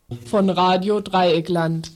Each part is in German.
von Radio Dreieckland.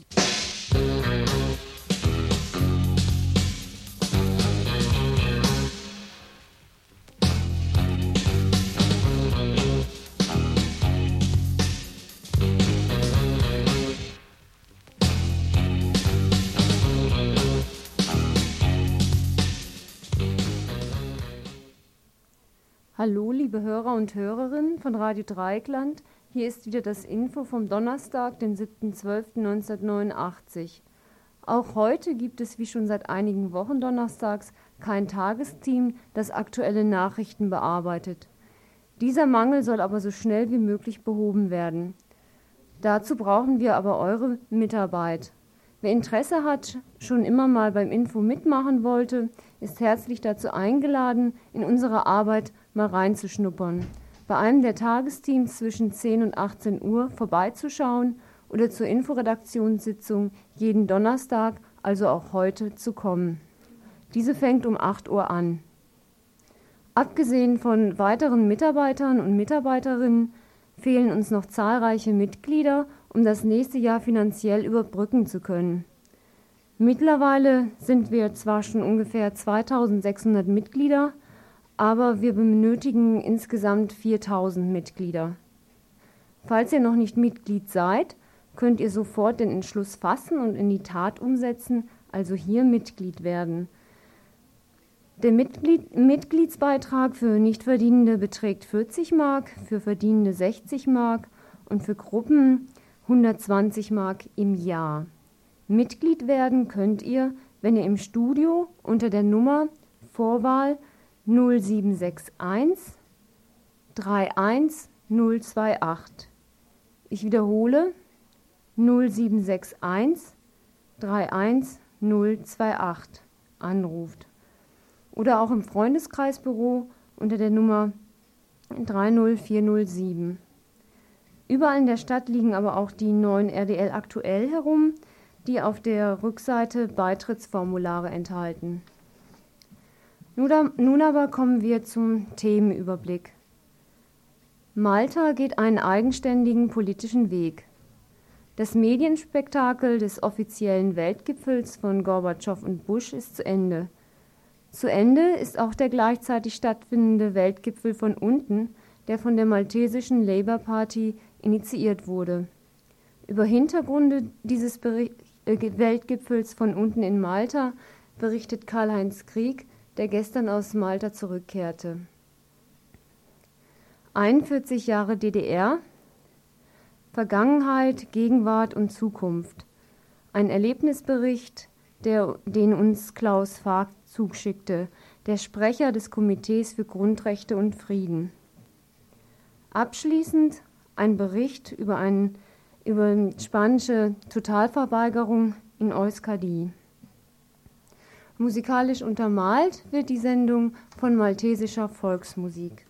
Hallo liebe Hörer und Hörerinnen von Radio Dreieckland, hier ist wieder das Info vom Donnerstag, den 7.12.1989. Auch heute gibt es wie schon seit einigen Wochen donnerstags kein Tagesteam, das aktuelle Nachrichten bearbeitet. Dieser Mangel soll aber so schnell wie möglich behoben werden. Dazu brauchen wir aber eure Mitarbeit. Wer Interesse hat, schon immer mal beim Info mitmachen wollte, ist herzlich dazu eingeladen, in unsere Arbeit mal reinzuschnuppern, bei einem der Tagesteams zwischen 10 und 18 Uhr vorbeizuschauen oder zur Inforedaktionssitzung jeden Donnerstag, also auch heute, zu kommen. Diese fängt um 8 Uhr an. Abgesehen von weiteren Mitarbeitern und Mitarbeiterinnen fehlen uns noch zahlreiche Mitglieder, um das nächste Jahr finanziell überbrücken zu können. Mittlerweile sind wir zwar schon ungefähr 2600 Mitglieder, aber wir benötigen insgesamt 4000 Mitglieder. Falls ihr noch nicht Mitglied seid, könnt ihr sofort den Entschluss fassen und in die Tat umsetzen, also hier Mitglied werden. Der Mitgliedsbeitrag für Nichtverdienende beträgt 40 Mark, für Verdienende 60 Mark und für Gruppen 120 Mark im Jahr. Mitglied werden könnt ihr, wenn ihr im Studio unter der Nummer Vorwahl 0761 31028. Ich wiederhole 0761 31028 anruft. Oder auch im Freundeskreisbüro unter der Nummer 30407. Überall in der Stadt liegen aber auch die neuen RDL aktuell herum, die auf der Rückseite Beitrittsformulare enthalten. Nun aber kommen wir zum Themenüberblick. Malta geht einen eigenständigen politischen Weg. Das Medienspektakel des offiziellen Weltgipfels von Gorbatschow und Bush ist zu Ende. Zu Ende ist auch der gleichzeitig stattfindende Weltgipfel von unten, der von der maltesischen Labour Party initiiert wurde. Über Hintergründe dieses Weltgipfels von unten in Malta berichtet Karl-Heinz Krieg, der gestern aus Malta zurückkehrte. 41 Jahre DDR, Vergangenheit, Gegenwart und Zukunft. Ein Erlebnisbericht, den uns Klaus Vaak zuschickte, der Sprecher des Komitees für Grundrechte und Frieden. Abschließend ein Bericht über spanische Totalverweigerung in Euskadi. Musikalisch untermalt wird die Sendung von maltesischer Volksmusik.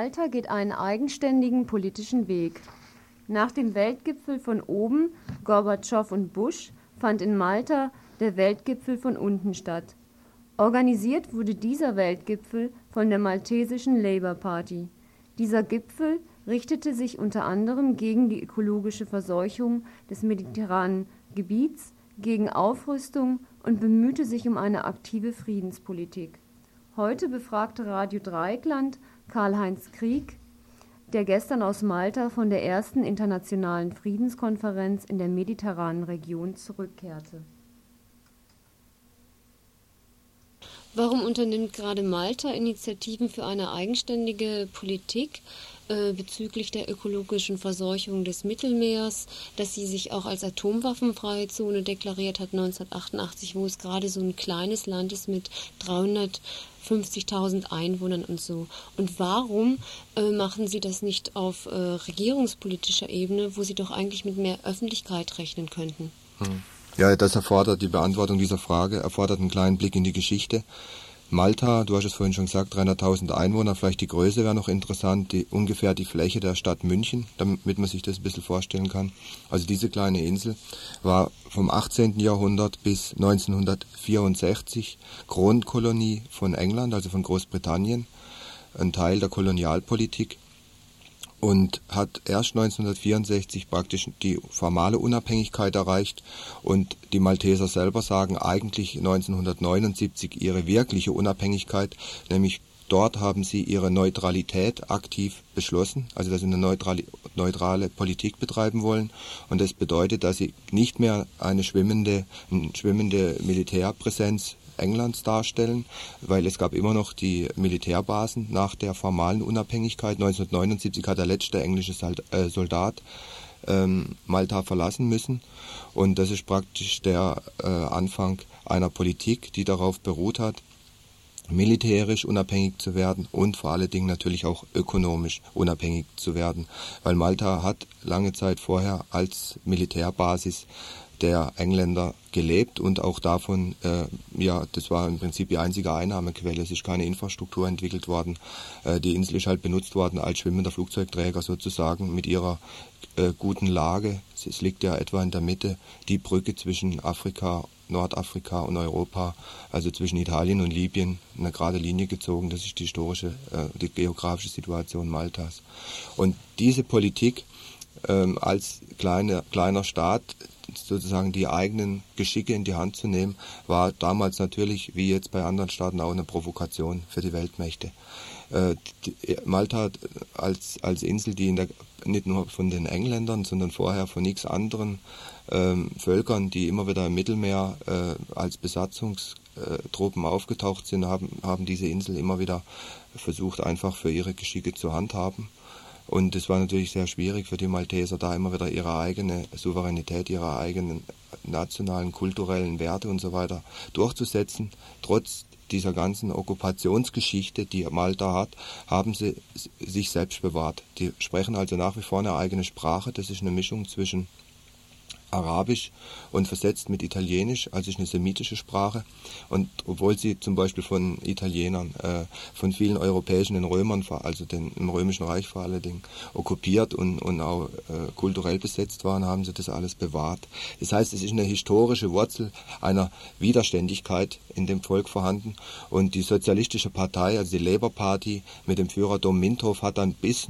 Malta geht einen eigenständigen politischen Weg. Nach dem Weltgipfel von oben, Gorbatschow und Bush, fand in Malta der Weltgipfel von unten statt. Organisiert wurde dieser Weltgipfel von der maltesischen Labour Party. Dieser Gipfel richtete sich unter anderem gegen die ökologische Verseuchung des mediterranen Gebiets, gegen Aufrüstung und bemühte sich um eine aktive Friedenspolitik. Heute befragte Radio Dreieckland Karl-Heinz Krieg, der gestern aus Malta von der ersten internationalen Friedenskonferenz in der mediterranen Region zurückkehrte. Warum unternimmt gerade Malta Initiativen für eine eigenständige Politik bezüglich der ökologischen Verseuchung des Mittelmeers, dass sie sich auch als atomwaffenfreie Zone deklariert hat 1988, wo es gerade so ein kleines Land ist mit 350.000 Einwohnern und so. Und warum machen Sie das nicht auf regierungspolitischer Ebene, wo Sie doch eigentlich mit mehr Öffentlichkeit rechnen könnten? Ja, das erfordert, die Beantwortung dieser Frage erfordert einen kleinen Blick in die Geschichte. Malta, du hast es vorhin schon gesagt, 300.000 Einwohner, vielleicht die Größe wäre noch interessant, ungefähr die Fläche der Stadt München, damit man sich das ein bisschen vorstellen kann. Also diese kleine Insel war vom 18. Jahrhundert bis 1964 Kronkolonie von England, also von Großbritannien, ein Teil der Kolonialpolitik. Und hat erst 1964 praktisch die formale Unabhängigkeit erreicht und die Malteser selber sagen eigentlich 1979 ihre wirkliche Unabhängigkeit, nämlich dort haben sie ihre Neutralität aktiv beschlossen, also dass sie eine neutrale Politik betreiben wollen und das bedeutet, dass sie nicht mehr eine schwimmende Militärpräsenz Englands darstellen, weil es gab immer noch die Militärbasen nach der formalen Unabhängigkeit. 1979 hat der letzte englische Soldat Malta verlassen müssen und das ist praktisch der Anfang einer Politik, die darauf beruht hat, militärisch unabhängig zu werden und vor allen Dingen natürlich auch ökonomisch unabhängig zu werden, weil Malta hat lange Zeit vorher als Militärbasis der Engländer gelebt und auch davon, das war im Prinzip die einzige Einnahmequelle. Es ist keine Infrastruktur entwickelt worden. Die Insel ist halt benutzt worden als schwimmender Flugzeugträger sozusagen mit ihrer guten Lage. Es liegt ja etwa in der Mitte, die Brücke zwischen Afrika, Nordafrika und Europa, also zwischen Italien und Libyen, eine gerade Linie gezogen. Das ist die geografische Situation Maltas. Und diese Politik als kleiner Staat sozusagen die eigenen Geschicke in die Hand zu nehmen, war damals natürlich, wie jetzt bei anderen Staaten, auch eine Provokation für die Weltmächte. Malta als Insel, die nicht nur von den Engländern, sondern vorher von nichts anderen Völkern, die immer wieder im Mittelmeer als Besatzungstruppen aufgetaucht sind, haben diese Insel immer wieder versucht, einfach für ihre Geschicke zu handhaben. Und es war natürlich sehr schwierig für die Malteser, da immer wieder ihre eigene Souveränität, ihre eigenen nationalen, kulturellen Werte und so weiter durchzusetzen. Trotz dieser ganzen Okkupationsgeschichte, die Malta hat, haben sie sich selbst bewahrt. Die sprechen also nach wie vor eine eigene Sprache. Das ist eine Mischung zwischen Arabisch und versetzt mit Italienisch, also ist eine semitische Sprache. Und obwohl sie zum Beispiel von Italienern, von vielen europäischen Römern, also im Römischen Reich vor allen Dingen, okkupiert und auch kulturell besetzt waren, haben sie das alles bewahrt. Das heißt, es ist eine historische Wurzel einer Widerständigkeit in dem Volk vorhanden. Und die Sozialistische Partei, also die Labour Party mit dem Führer Dom Mintoff, hat dann bis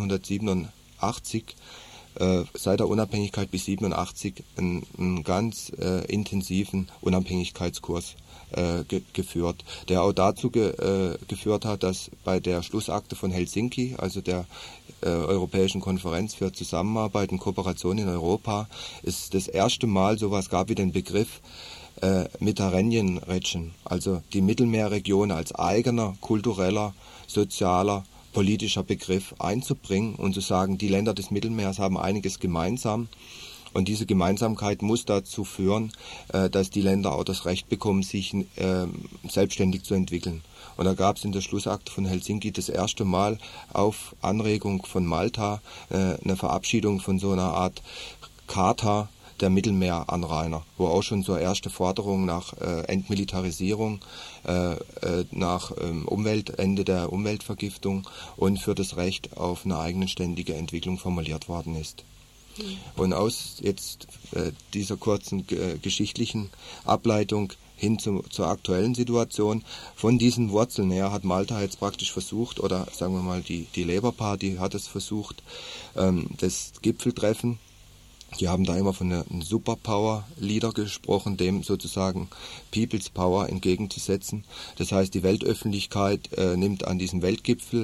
1987 seit der Unabhängigkeit bis 1987 einen ganz intensiven Unabhängigkeitskurs geführt, der auch dazu geführt hat, dass bei der Schlussakte von Helsinki, also der Europäischen Konferenz für Zusammenarbeit und Kooperation in Europa, es das erste Mal sowas gab wie den Begriff Mediterranean-Region, also die Mittelmeerregion als eigener kultureller, sozialer, politischer Begriff einzubringen und zu sagen, die Länder des Mittelmeers haben einiges gemeinsam und diese Gemeinsamkeit muss dazu führen, dass die Länder auch das Recht bekommen, sich selbstständig zu entwickeln. Und da gab es in der Schlussakte von Helsinki das erste Mal auf Anregung von Malta eine Verabschiedung von so einer Art Charta der Mittelmeeranrainer, wo auch schon so erste Forderungen nach Entmilitarisierung, nach Ende der Umweltvergiftung und für das Recht auf eine eigenständige Entwicklung formuliert worden ist. Und aus jetzt dieser kurzen geschichtlichen Ableitung hin zur aktuellen Situation, von diesen Wurzeln her hat Malta jetzt praktisch versucht, oder sagen wir mal die Labour Party hat es versucht, das Gipfeltreffen, die haben da immer von einem Superpower-Leader gesprochen, dem sozusagen People's Power entgegenzusetzen. Das heißt, die Weltöffentlichkeit nimmt an diesem Weltgipfel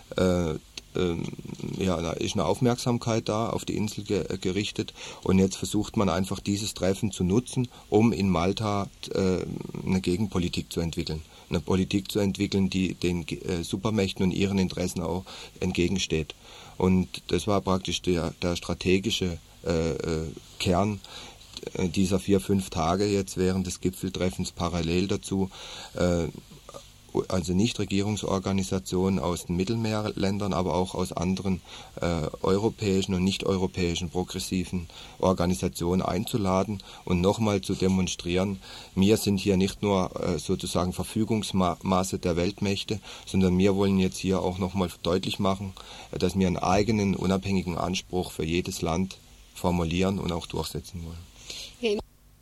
da ist eine Aufmerksamkeit da auf die Insel gerichtet, und jetzt versucht man einfach dieses Treffen zu nutzen, um in Malta eine Gegenpolitik zu entwickeln. Eine Politik zu entwickeln, die den Supermächten und ihren Interessen auch entgegensteht. Und das war praktisch der strategische Kern dieser 4-5 Tage jetzt während des Gipfeltreffens parallel dazu. Also Nichtregierungsorganisationen aus den Mittelmeerländern, aber auch aus anderen europäischen und nicht-europäischen progressiven Organisationen einzuladen und nochmal zu demonstrieren, wir sind hier nicht nur sozusagen Verfügungsmaße der Weltmächte, sondern wir wollen jetzt hier auch nochmal deutlich machen, dass wir einen eigenen, unabhängigen Anspruch für jedes Land formulieren und auch durchsetzen wollen.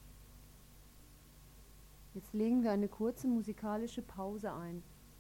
Jetzt legen wir eine kurze musikalische Pause ein.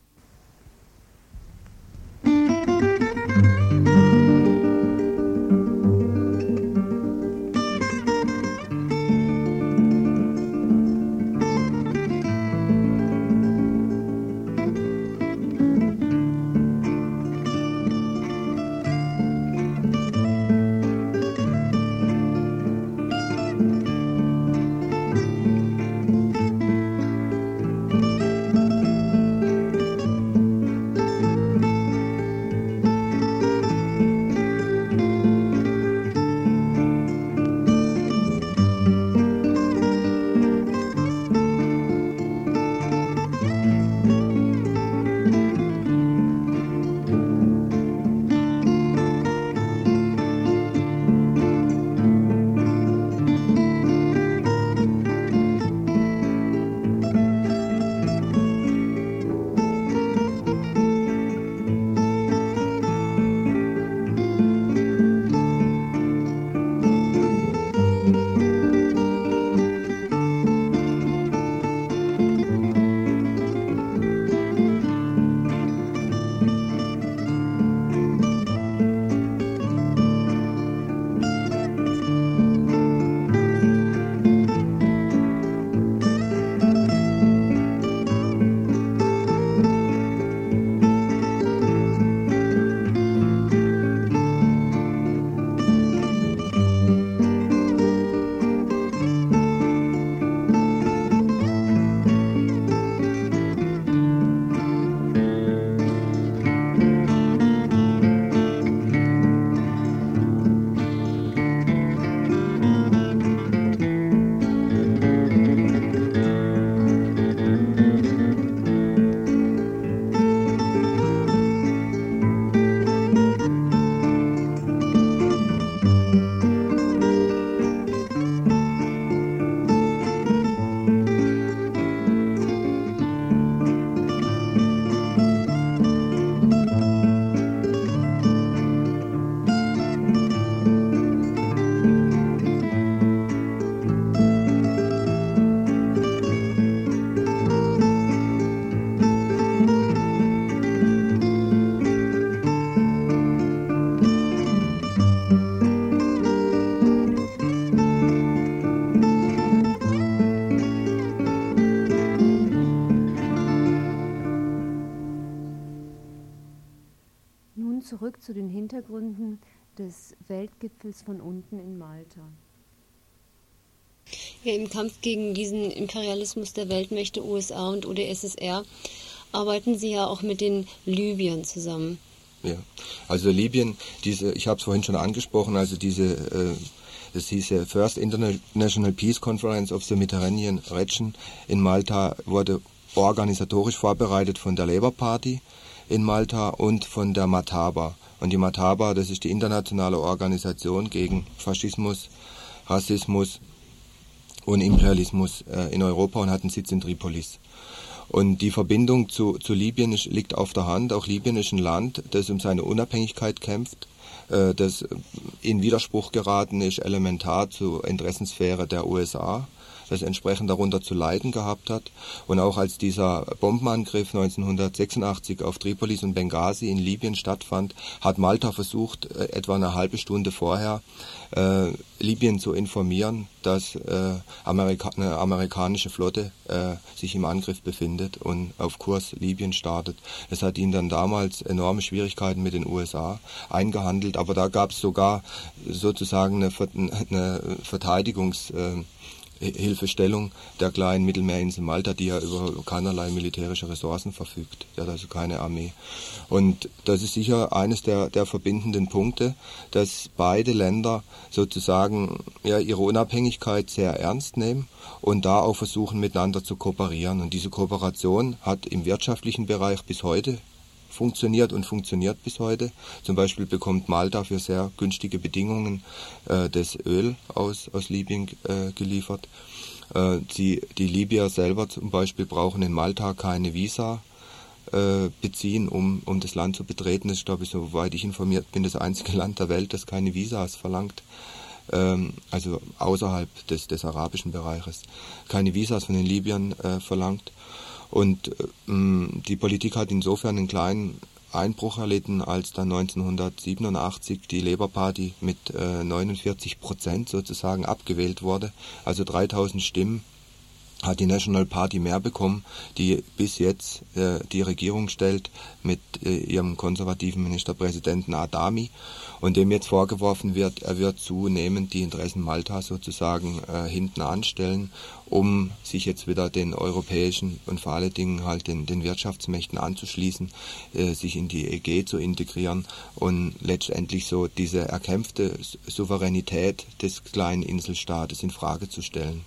Zurück zu den Hintergründen des Weltgipfels von unten in Malta. Ja, im Kampf gegen diesen Imperialismus der Weltmächte USA und UdSSR arbeiten Sie ja auch mit den Libyern zusammen. Ja, also Libyen, ich habe es vorhin schon angesprochen, also das hieß First International Peace Conference of the Mediterranean Region in Malta, wurde organisatorisch vorbereitet von der Labour Party in Malta und von der Mataba. Und die Mataba, das ist die internationale Organisation gegen Faschismus, Rassismus und Imperialismus in Europa und hat einen Sitz in Tripolis. Und die Verbindung zu Libyen liegt auf der Hand. Auch Libyen ist ein Land, das um seine Unabhängigkeit kämpft, das in Widerspruch geraten ist, elementar zur Interessensphäre der USA, das entsprechend darunter zu leiden gehabt hat. Und auch als dieser Bombenangriff 1986 auf Tripolis und Benghazi in Libyen stattfand, hat Malta versucht, etwa eine halbe Stunde vorher Libyen zu informieren, dass eine amerikanische Flotte sich im Angriff befindet und auf Kurs Libyen startet. Das hat ihnen dann damals enorme Schwierigkeiten mit den USA eingehandelt, aber da gab es sogar sozusagen eine Verteidigungshilfestellung der kleinen Mittelmeerinsel Malta, die ja über keinerlei militärische Ressourcen verfügt. Die hat also keine Armee. Und das ist sicher eines der verbindenden Punkte, dass beide Länder sozusagen ihre Unabhängigkeit sehr ernst nehmen und da auch versuchen, miteinander zu kooperieren. Und diese Kooperation hat im wirtschaftlichen Bereich bis heute funktioniert und funktioniert bis heute. Zum Beispiel bekommt Malta für sehr günstige Bedingungen das Öl aus Libyen geliefert. Die Libyer selber zum Beispiel brauchen in Malta keine Visa beziehen, um das Land zu betreten. Das ist, glaube ich, soweit ich informiert bin, das einzige Land der Welt, das keine Visas verlangt. Also außerhalb des arabischen Bereiches. Keine Visas von den Libyern verlangt. Und die Politik hat insofern einen kleinen Einbruch erlitten, als dann 1987 die Labour Party mit 49% sozusagen abgewählt wurde. Also 3000 Stimmen hat die National Party mehr bekommen, die bis jetzt die Regierung stellt mit ihrem konservativen Ministerpräsidenten Adami und dem jetzt vorgeworfen wird, er wird zunehmend die Interessen Maltas sozusagen hinten anstellen, um sich jetzt wieder den europäischen und vor allen Dingen halt den Wirtschaftsmächten anzuschließen, sich in die EG zu integrieren und letztendlich so diese erkämpfte Souveränität des kleinen Inselstaates in Frage zu stellen.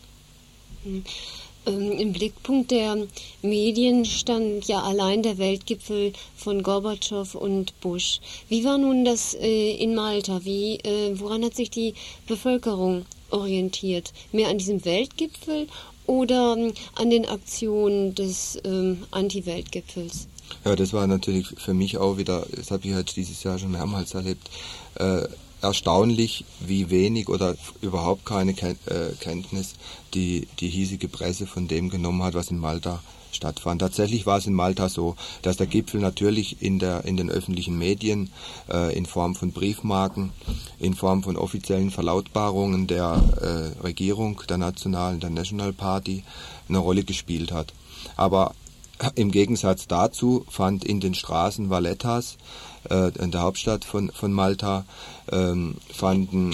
Im Blickpunkt der Medien stand ja allein der Weltgipfel von Gorbatschow und Bush. Wie war nun das in Malta? Woran hat sich die Bevölkerung orientiert? Mehr an diesem Weltgipfel oder an den Aktionen des Anti-Weltgipfels? Ja, das war natürlich für mich auch wieder, das habe ich halt dieses Jahr schon mehrmals erlebt, erstaunlich, wie wenig oder überhaupt keine Kenntnis die hiesige Presse von dem genommen hat, was in Malta stattfand. Tatsächlich war es in Malta so, dass der Gipfel natürlich in den öffentlichen Medien in Form von Briefmarken, in Form von offiziellen Verlautbarungen der Regierung, der National Party, eine Rolle gespielt hat. Aber im Gegensatz dazu fand in den Straßen Vallettas, in der Hauptstadt von Malta, fanden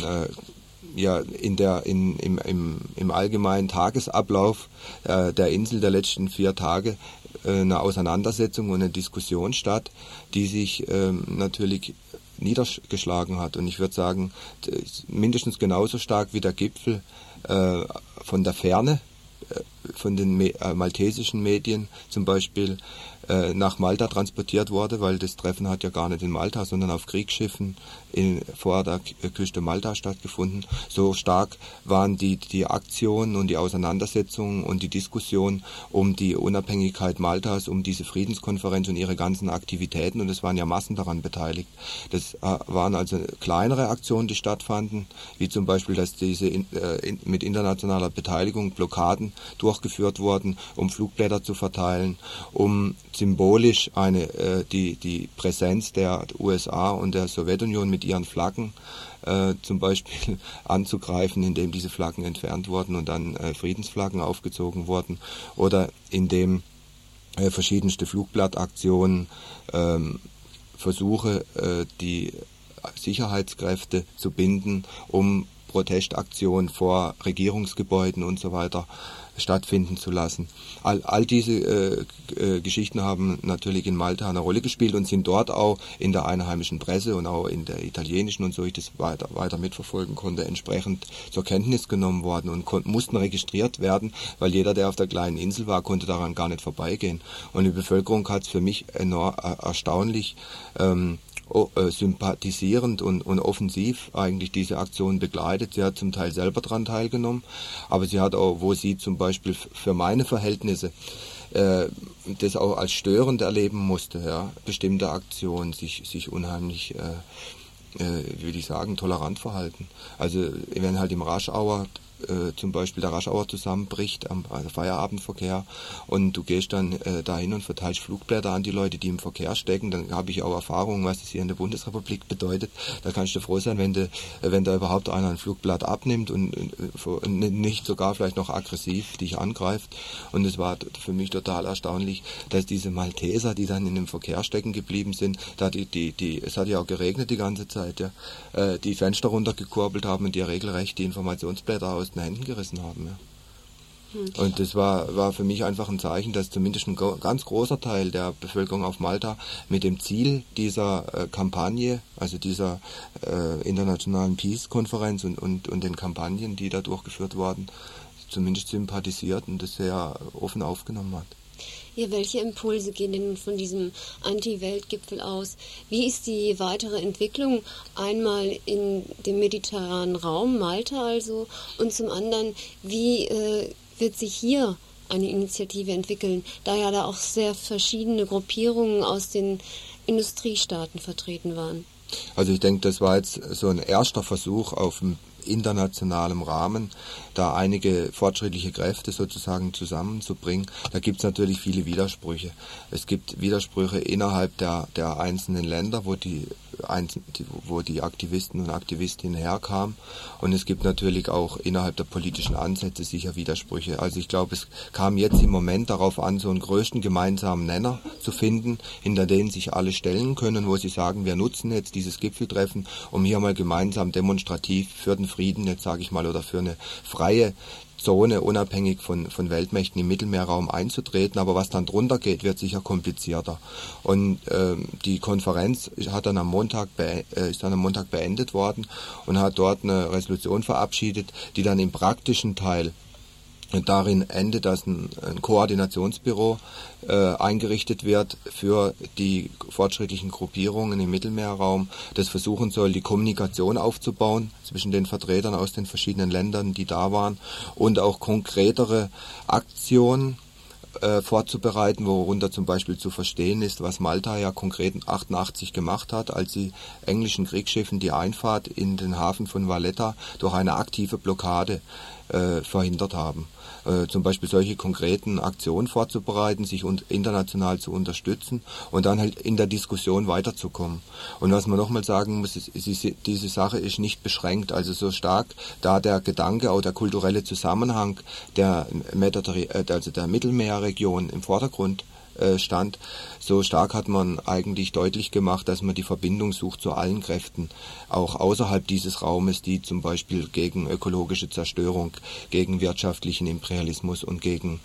im allgemeinen Tagesablauf der Insel der letzten 4 Tage eine Auseinandersetzung und eine Diskussion statt, die sich natürlich niedergeschlagen hat. Und ich würde sagen, mindestens genauso stark wie der Gipfel von der Ferne, von den maltesischen Medien zum Beispiel nach Malta transportiert wurde, weil das Treffen hat ja gar nicht in Malta, sondern auf Kriegsschiffen vor der Küste Malta stattgefunden. So stark waren die Aktionen und die Auseinandersetzungen und die Diskussion um die Unabhängigkeit Maltas, um diese Friedenskonferenz und ihre ganzen Aktivitäten, und es waren ja Massen daran beteiligt. Das waren also kleinere Aktionen, die stattfanden, wie zum Beispiel, dass diese mit internationaler Beteiligung Blockaden durchgeführt wurden, um Flugblätter zu verteilen, um symbolisch die Präsenz der USA und der Sowjetunion mit ihren Flaggen zum Beispiel anzugreifen, indem diese Flaggen entfernt wurden und dann Friedensflaggen aufgezogen wurden, oder indem verschiedenste Flugblattaktionen Versuche, die Sicherheitskräfte zu binden, um Protestaktionen vor Regierungsgebäuden und so weiter stattfinden zu lassen. All diese Geschichten haben natürlich in Malta eine Rolle gespielt und sind dort auch in der einheimischen Presse und auch in der italienischen, und so ich das weiter mitverfolgen konnte, entsprechend zur Kenntnis genommen worden und mussten registriert werden, weil jeder, der auf der kleinen Insel war, konnte daran gar nicht vorbeigehen. Und die Bevölkerung hat es für mich enorm erstaunlich sympathisierend und offensiv eigentlich diese Aktion begleitet. Sie hat zum Teil selber daran teilgenommen, aber sie hat auch, wo sie zum Beispiel für meine Verhältnisse das auch als störend erleben musste, ja, bestimmte Aktionen sich unheimlich, würde ich sagen, tolerant verhalten. Also wenn halt im Rush-Hour zum Beispiel der Rush-Hour zusammenbricht, also Feierabendverkehr, und du gehst dann dahin und verteilst Flugblätter an die Leute, die im Verkehr stecken, dann habe ich auch Erfahrung, was das hier in der Bundesrepublik bedeutet. Da kannst du froh sein, wenn da überhaupt einer ein Flugblatt abnimmt und nicht sogar vielleicht noch aggressiv dich angreift. Und es war für mich total erstaunlich, dass diese Malteser, die dann in dem Verkehr stecken geblieben sind, da es hat ja auch geregnet die ganze Zeit, ja, die Fenster runtergekurbelt haben und dir regelrecht die Informationsblätter aus den Händen gerissen haben. Ja. Und das war für mich einfach ein Zeichen, dass zumindest ein ganz großer Teil der Bevölkerung auf Malta mit dem Ziel dieser Kampagne, also dieser internationalen Peace-Konferenz und den Kampagnen, die da durchgeführt wurden, zumindest sympathisiert und das sehr offen aufgenommen hat. Ja, welche Impulse gehen denn von diesem Anti-Welt-Gipfel aus? Wie ist die weitere Entwicklung einmal in dem mediterranen Raum, Malta also, und zum anderen, wie wird sich hier eine Initiative entwickeln, da ja da auch sehr verschiedene Gruppierungen aus den Industriestaaten vertreten waren? Also ich denke, das war jetzt so ein erster Versuch auf dem internationalem Rahmen, da einige fortschrittliche Kräfte sozusagen zusammenzubringen. Da gibt es natürlich viele Widersprüche. Es gibt Widersprüche innerhalb der einzelnen Länder, wo die Aktivisten und Aktivistinnen herkamen, und es gibt natürlich auch innerhalb der politischen Ansätze sicher Widersprüche. Also ich glaube, es kam jetzt im Moment darauf an, so einen größten gemeinsamen Nenner zu finden, hinter den sich alle stellen können, wo sie sagen, wir nutzen jetzt dieses Gipfeltreffen, um hier mal gemeinsam demonstrativ für den Frieden, jetzt sage ich mal, oder für eine freie Zone, unabhängig von Weltmächten im Mittelmeerraum einzutreten, aber was dann drunter geht, wird sicher komplizierter. Und die Konferenz ist dann am Montag beendet worden und hat dort eine Resolution verabschiedet, die dann im praktischen Teil darin endet, dass ein Koordinationsbüro eingerichtet wird für die fortschrittlichen Gruppierungen im Mittelmeerraum, das versuchen soll, die Kommunikation aufzubauen zwischen den Vertretern aus den verschiedenen Ländern, die da waren, und auch konkretere Aktionen vorzubereiten, worunter zum Beispiel zu verstehen ist, was Malta ja konkret 88 gemacht hat, als sie englischen Kriegsschiffen die Einfahrt in den Hafen von Valletta durch eine aktive Blockade verhindert haben. Zum Beispiel solche konkreten Aktionen vorzubereiten, sich international zu unterstützen und dann halt in der Diskussion weiterzukommen. Und was man nochmal sagen muss, ist, diese Sache ist nicht beschränkt, also so stark, da der Gedanke, auch der kulturelle Zusammenhang der Mittelmeerregion im Vordergrund stand, so stark hat man eigentlich deutlich gemacht, dass man die Verbindung sucht zu allen Kräften, auch außerhalb dieses Raumes, die zum Beispiel gegen ökologische Zerstörung, gegen wirtschaftlichen Imperialismus und gegen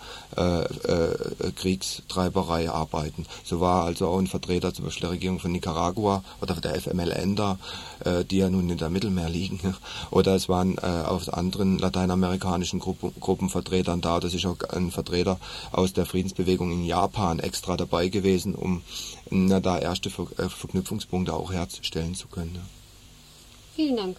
Kriegstreiberei arbeiten. So war also auch ein Vertreter zum Beispiel der Regierung von Nicaragua oder der FMLN da, die ja nun in der Mittelmeer liegen, oder es waren aus anderen lateinamerikanischen Gruppenvertretern da. Das ist auch ein Vertreter aus der Friedensbewegung in Japan extra dabei gewesen, um da erste Verknüpfungspunkte auch herzustellen zu können. Ja. Vielen Dank.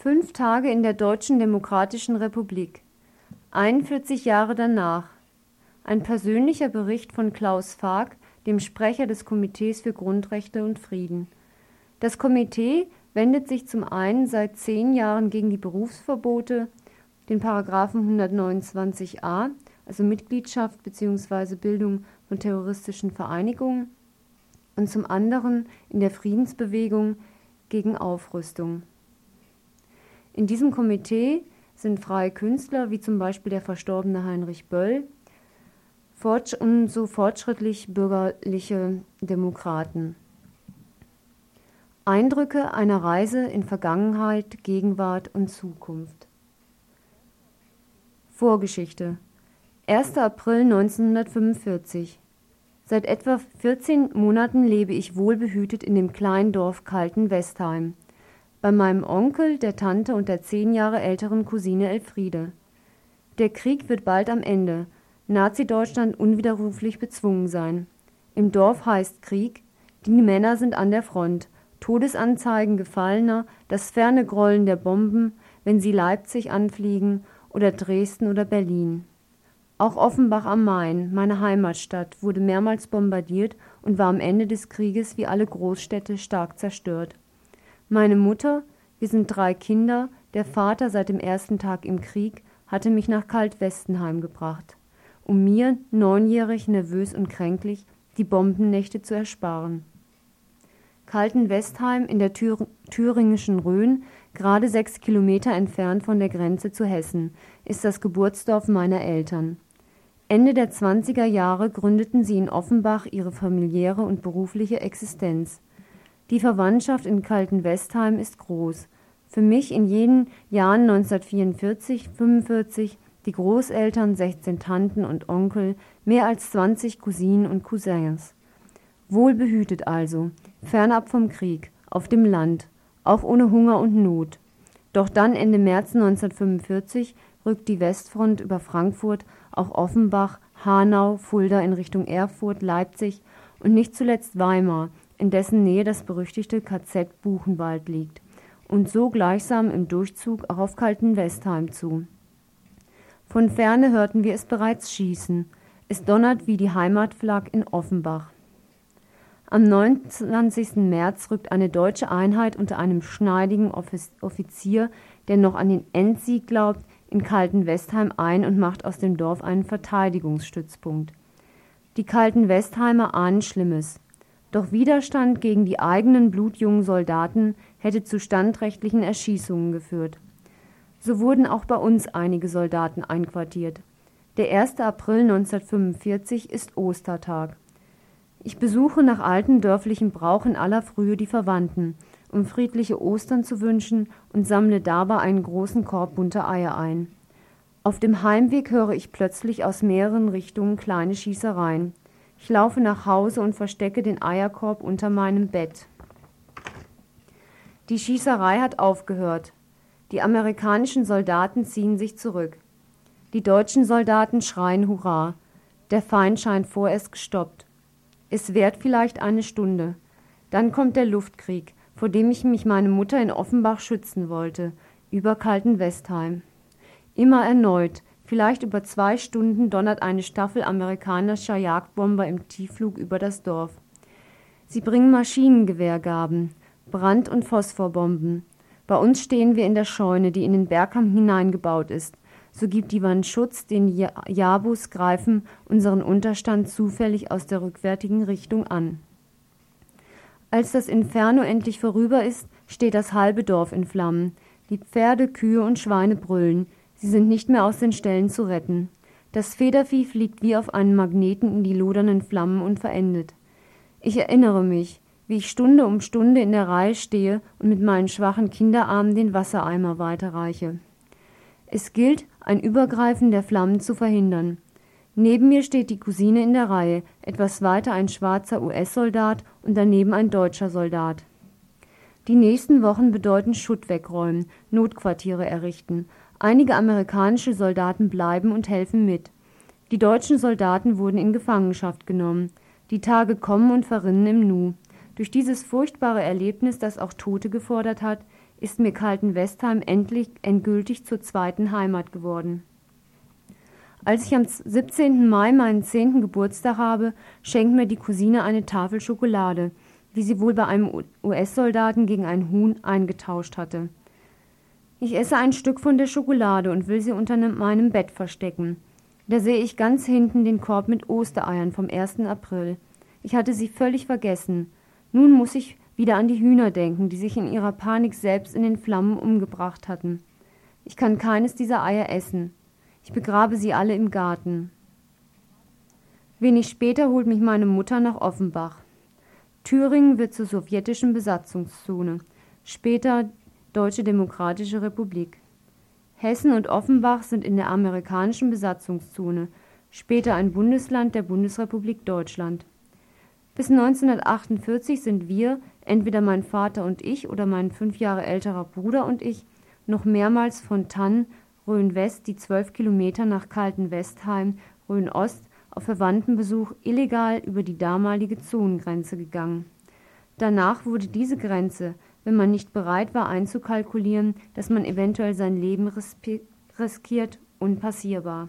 5 Tage in der Deutschen Demokratischen Republik. 41 Jahre danach. Ein persönlicher Bericht von Klaus Vaak, dem Sprecher des Komitees für Grundrechte und Frieden. Das Komitee wendet sich zum einen seit 10 Jahren gegen die Berufsverbote, den Paragraphen 129a, also Mitgliedschaft bzw. Bildung von terroristischen Vereinigungen, und zum anderen in der Friedensbewegung gegen Aufrüstung. In diesem Komitee sind freie Künstler, wie zum Beispiel der verstorbene Heinrich Böll, und so fortschrittlich bürgerliche Demokraten. Eindrücke einer Reise in Vergangenheit, Gegenwart und Zukunft. Vorgeschichte. 1. April 1945. Seit etwa 14 Monaten lebe ich wohlbehütet in dem kleinen Dorf Kalten-Westheim, bei meinem Onkel, der Tante und der 10 Jahre älteren Cousine Elfriede. Der Krieg wird bald am Ende, Nazi-Deutschland unwiderruflich bezwungen sein. Im Dorf heißt Krieg, die Männer sind an der Front, Todesanzeigen Gefallener, das ferne Grollen der Bomben, wenn sie Leipzig anfliegen oder Dresden oder Berlin. Auch Offenbach am Main, meine Heimatstadt, wurde mehrmals bombardiert und war am Ende des Krieges wie alle Großstädte stark zerstört. Meine Mutter, wir sind 3 Kinder, der Vater seit dem ersten Tag im Krieg, hatte mich nach Kaltwestenheim gebracht, um mir, 9-jährig, nervös und kränklich, die Bombennächte zu ersparen. Kalten-Westheim in der thüringischen Rhön, gerade 6 Kilometer entfernt von der Grenze zu Hessen, ist das Geburtsdorf meiner Eltern. Ende der 20er Jahre gründeten sie in Offenbach ihre familiäre und berufliche Existenz. Die Verwandtschaft in Kalten-Westheim ist groß. Für mich in jenen Jahren 1944, 45, die Großeltern, 16 Tanten und Onkel, mehr als 20 Cousinen und Cousins. Wohlbehütet also, fernab vom Krieg, auf dem Land, auch ohne Hunger und Not. Doch dann Ende März 1945 rückt die Westfront über Frankfurt, auch Offenbach, Hanau, Fulda in Richtung Erfurt, Leipzig und nicht zuletzt Weimar, in dessen Nähe das berüchtigte KZ Buchenwald liegt, und so gleichsam im Durchzug auch auf Kalten-Westheim zu. Von ferne hörten wir es bereits schießen. Es donnert wie die Heimatflak in Offenbach. Am 29. März rückt eine deutsche Einheit unter einem schneidigen Offizier, der noch an den Endsieg glaubt, in Kalten-Westheim ein und macht aus dem Dorf einen Verteidigungsstützpunkt. Die Kalten-Westheimer ahnen Schlimmes. Doch Widerstand gegen die eigenen blutjungen Soldaten hätte zu standrechtlichen Erschießungen geführt. So wurden auch bei uns einige Soldaten einquartiert. Der 1. April 1945 ist Ostertag. Ich besuche nach altem dörflichem Brauch in aller Frühe die Verwandten, um friedliche Ostern zu wünschen, und sammle dabei einen großen Korb bunter Eier ein. Auf dem Heimweg höre ich plötzlich aus mehreren Richtungen kleine Schießereien. Ich laufe nach Hause und verstecke den Eierkorb unter meinem Bett. Die Schießerei hat aufgehört. Die amerikanischen Soldaten ziehen sich zurück. Die deutschen Soldaten schreien Hurra. Der Feind scheint vorerst gestoppt. Es währt vielleicht eine Stunde. Dann kommt der Luftkrieg, vor dem mich meine Mutter in Offenbach schützen wollte, über Kalten-Westheim. Immer erneut, vielleicht über 2 Stunden, donnert eine Staffel amerikanischer Jagdbomber im Tiefflug über das Dorf. Sie bringen Maschinengewehrgaben, Brand- und Phosphorbomben. Bei uns stehen wir in der Scheune, die in den Bergkamm hineingebaut ist. So gibt die Wand Schutz, den Jabus greifen unseren Unterstand zufällig aus der rückwärtigen Richtung an. Als das Inferno endlich vorüber ist, steht das halbe Dorf in Flammen. Die Pferde, Kühe und Schweine brüllen. Sie sind nicht mehr aus den Ställen zu retten. Das Federvieh fliegt wie auf einen Magneten in die lodernden Flammen und verendet. Ich erinnere mich, wie ich Stunde um Stunde in der Reihe stehe und mit meinen schwachen Kinderarmen den Wassereimer weiterreiche. Es gilt, ein Übergreifen der Flammen zu verhindern. Neben mir steht die Cousine in der Reihe, etwas weiter ein schwarzer US-Soldat und daneben ein deutscher Soldat. Die nächsten Wochen bedeuten Schutt wegräumen, Notquartiere errichten. Einige amerikanische Soldaten bleiben und helfen mit. Die deutschen Soldaten wurden in Gefangenschaft genommen. Die Tage kommen und verrinnen im Nu. Durch dieses furchtbare Erlebnis, das auch Tote gefordert hat, ist mir Kaltenwestheim endgültig zur zweiten Heimat geworden. Als ich am 17. Mai meinen 10. Geburtstag habe, schenkt mir die Cousine eine Tafel Schokolade, die sie wohl bei einem US-Soldaten gegen ein Huhn eingetauscht hatte. Ich esse ein Stück von der Schokolade und will sie unter meinem Bett verstecken. Da sehe ich ganz hinten den Korb mit Ostereiern vom 1. April. Ich hatte sie völlig vergessen. Nun muss ich wieder an die Hühner denken, die sich in ihrer Panik selbst in den Flammen umgebracht hatten. Ich kann keines dieser Eier essen. Ich begrabe sie alle im Garten. Wenig später holt mich meine Mutter nach Offenbach. Thüringen wird zur sowjetischen Besatzungszone, später Deutsche Demokratische Republik. Hessen und Offenbach sind in der amerikanischen Besatzungszone, später ein Bundesland der Bundesrepublik Deutschland. Bis 1948 sind wir, entweder mein Vater und ich oder mein 5 Jahre älterer Bruder und ich, noch mehrmals von Thann, Rhön-West, die 12 Kilometer nach Kaltenwestheim, Rhön-Ost, auf Verwandtenbesuch illegal über die damalige Zonengrenze gegangen. Danach wurde diese Grenze, wenn man nicht bereit war einzukalkulieren, dass man eventuell sein Leben riskiert, unpassierbar.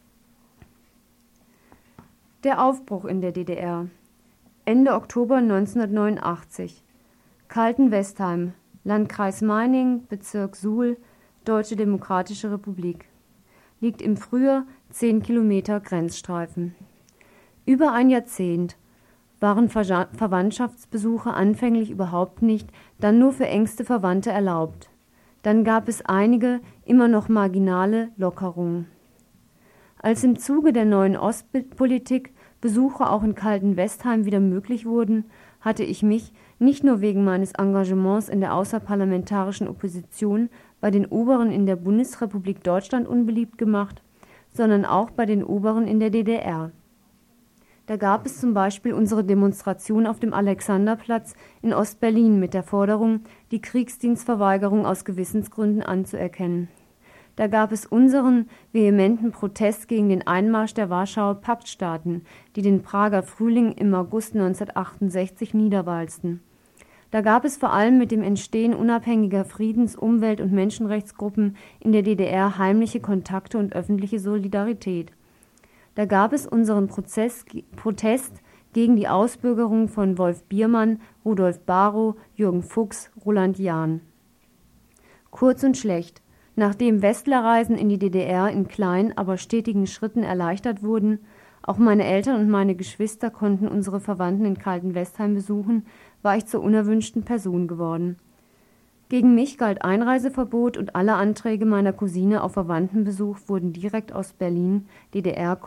Der Aufbruch in der DDR. Ende Oktober 1989. Kaltenwestheim, Landkreis Meiningen, Bezirk Suhl, Deutsche Demokratische Republik. Liegt im Frühjahr 10 Kilometer Grenzstreifen. Über ein Jahrzehnt waren Verwandtschaftsbesuche anfänglich überhaupt nicht, dann nur für engste Verwandte erlaubt. Dann gab es einige, immer noch marginale Lockerungen. Als im Zuge der neuen Ostpolitik Besuche auch in Kaltenwestheim wieder möglich wurden, hatte ich mich, nicht nur wegen meines Engagements in der außerparlamentarischen Opposition, bei den Oberen in der Bundesrepublik Deutschland unbeliebt gemacht, sondern auch bei den Oberen in der DDR. Da gab es zum Beispiel unsere Demonstration auf dem Alexanderplatz in Ostberlin mit der Forderung, die Kriegsdienstverweigerung aus Gewissensgründen anzuerkennen. Da gab es unseren vehementen Protest gegen den Einmarsch der Warschauer Paktstaaten, die den Prager Frühling im August 1968 niederwalzten. Da gab es vor allem mit dem Entstehen unabhängiger Friedens-, Umwelt- und Menschenrechtsgruppen in der DDR heimliche Kontakte und öffentliche Solidarität. Da gab es unseren Protest gegen die Ausbürgerung von Wolf Biermann, Rudolf Barrow, Jürgen Fuchs, Roland Jahn. Kurz und schlecht: Nachdem Westlerreisen in die DDR in kleinen, aber stetigen Schritten erleichtert wurden, auch meine Eltern und meine Geschwister konnten unsere Verwandten in Kaltenwestheim besuchen, war ich zur unerwünschten Person geworden. Gegen mich galt Einreiseverbot und alle Anträge meiner Cousine auf Verwandtenbesuch wurden direkt aus Berlin, DDR,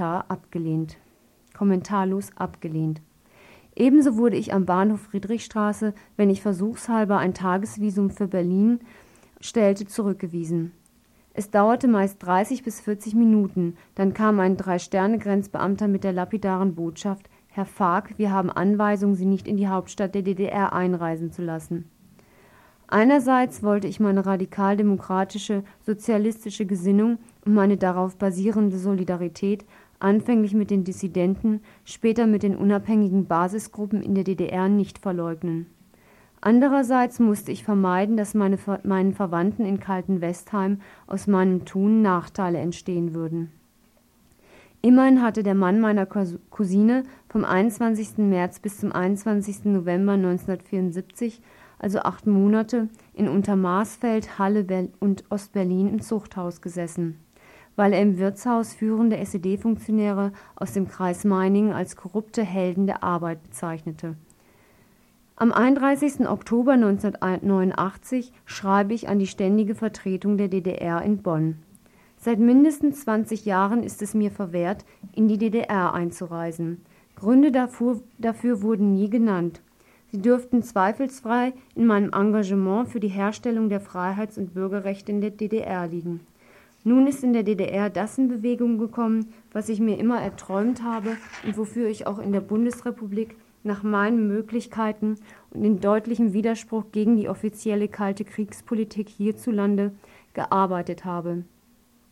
kommentarlos abgelehnt. Ebenso wurde ich am Bahnhof Friedrichstraße, wenn ich versuchshalber ein Tagesvisum für Berlin stellte, zurückgewiesen. Es dauerte meist 30 bis 40 Minuten, dann kam ein 3-Sterne-Grenzbeamter mit der lapidaren Botschaft: Herr Fark, wir haben Anweisung, Sie nicht in die Hauptstadt der DDR einreisen zu lassen. Einerseits wollte ich meine radikal-demokratische, sozialistische Gesinnung und meine darauf basierende Solidarität anfänglich mit den Dissidenten, später mit den unabhängigen Basisgruppen in der DDR nicht verleugnen. Andererseits musste ich vermeiden, dass meinen Verwandten in Kaltenwestheim aus meinem Tun Nachteile entstehen würden. Immerhin hatte der Mann meiner Cousine vom 21. März bis zum 21. November 1974, also 8 Monate, in Untermaßfeld, Halle und Ostberlin im Zuchthaus gesessen, weil er im Wirtshaus führende SED-Funktionäre aus dem Kreis Meiningen als korrupte Helden der Arbeit bezeichnete. Am 31. Oktober 1989 schreibe ich an die Ständige Vertretung der DDR in Bonn. Seit mindestens 20 Jahren ist es mir verwehrt, in die DDR einzureisen. Gründe dafür wurden nie genannt. Sie dürften zweifelsfrei in meinem Engagement für die Herstellung der Freiheits- und Bürgerrechte in der DDR liegen. Nun ist in der DDR das in Bewegung gekommen, was ich mir immer erträumt habe und wofür ich auch in der Bundesrepublik nach meinen Möglichkeiten und in deutlichem Widerspruch gegen die offizielle kalte Kriegspolitik hierzulande gearbeitet habe.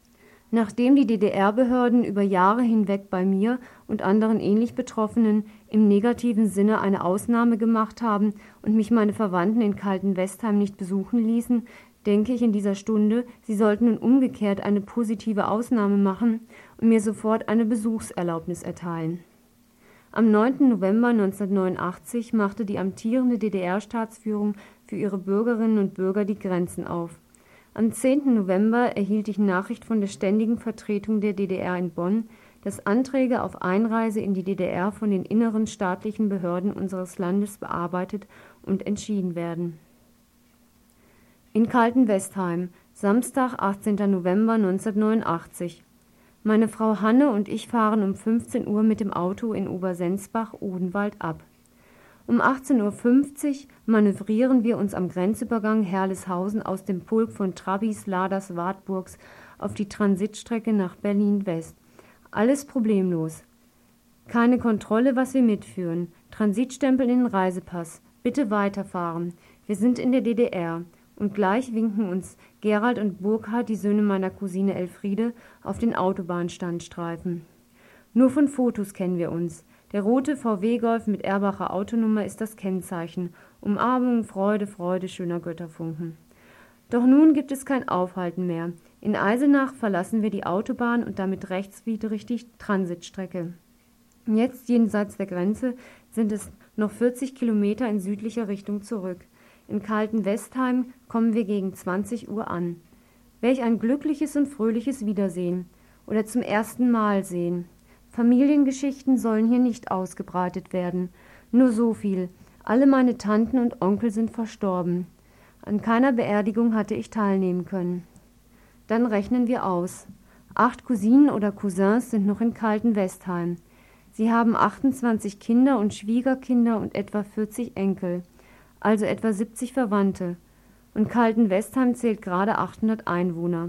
Nachdem die DDR-Behörden über Jahre hinweg bei mir und anderen ähnlich Betroffenen im negativen Sinne eine Ausnahme gemacht haben und mich meine Verwandten in Kalten-Westheim nicht besuchen ließen, denke ich in dieser Stunde, sie sollten nun umgekehrt eine positive Ausnahme machen und mir sofort eine Besuchserlaubnis erteilen. Am 9. November 1989 machte die amtierende DDR-Staatsführung für ihre Bürgerinnen und Bürger die Grenzen auf. Am 10. November erhielt ich Nachricht von der Ständigen Vertretung der DDR in Bonn, dass Anträge auf Einreise in die DDR von den inneren staatlichen Behörden unseres Landes bearbeitet und entschieden werden. In Kalten-Westheim, Samstag, 18. November 1989. Meine Frau Hanne und ich fahren um 15 Uhr mit dem Auto in Obersensbach-Odenwald ab. Um 18:50 Uhr manövrieren wir uns am Grenzübergang Herleshausen aus dem Pulk von Trabis, Laders, Wartburgs auf die Transitstrecke nach Berlin-West. Alles problemlos. Keine Kontrolle, was wir mitführen. Transitstempel in den Reisepass. Bitte weiterfahren. Wir sind in der DDR. Und gleich winken uns Gerald und Burkhard, die Söhne meiner Cousine Elfriede, auf den Autobahnstandstreifen. Nur von Fotos kennen wir uns. Der rote VW-Golf mit Erbacher Autonummer ist das Kennzeichen. Umarmung, Freude, Freude, schöner Götterfunken. Doch nun gibt es kein Aufhalten mehr. In Eisenach verlassen wir die Autobahn und damit rechtswidrig die Transitstrecke. Jetzt jenseits der Grenze sind es noch 40 Kilometer in südlicher Richtung zurück. In Kalten-Westheim kommen wir gegen 20 Uhr an. Welch ein glückliches und fröhliches Wiedersehen. Oder zum ersten Mal sehen. Familiengeschichten sollen hier nicht ausgebreitet werden. Nur so viel. Alle meine Tanten und Onkel sind verstorben. An keiner Beerdigung hatte ich teilnehmen können. Dann rechnen wir aus. 8 Cousinen oder Cousins sind noch in Kalten-Westheim. Sie haben 28 Kinder und Schwiegerkinder und etwa 40 Enkel. Also etwa 70 Verwandte. Und Kalten-Westheim zählt gerade 800 Einwohner.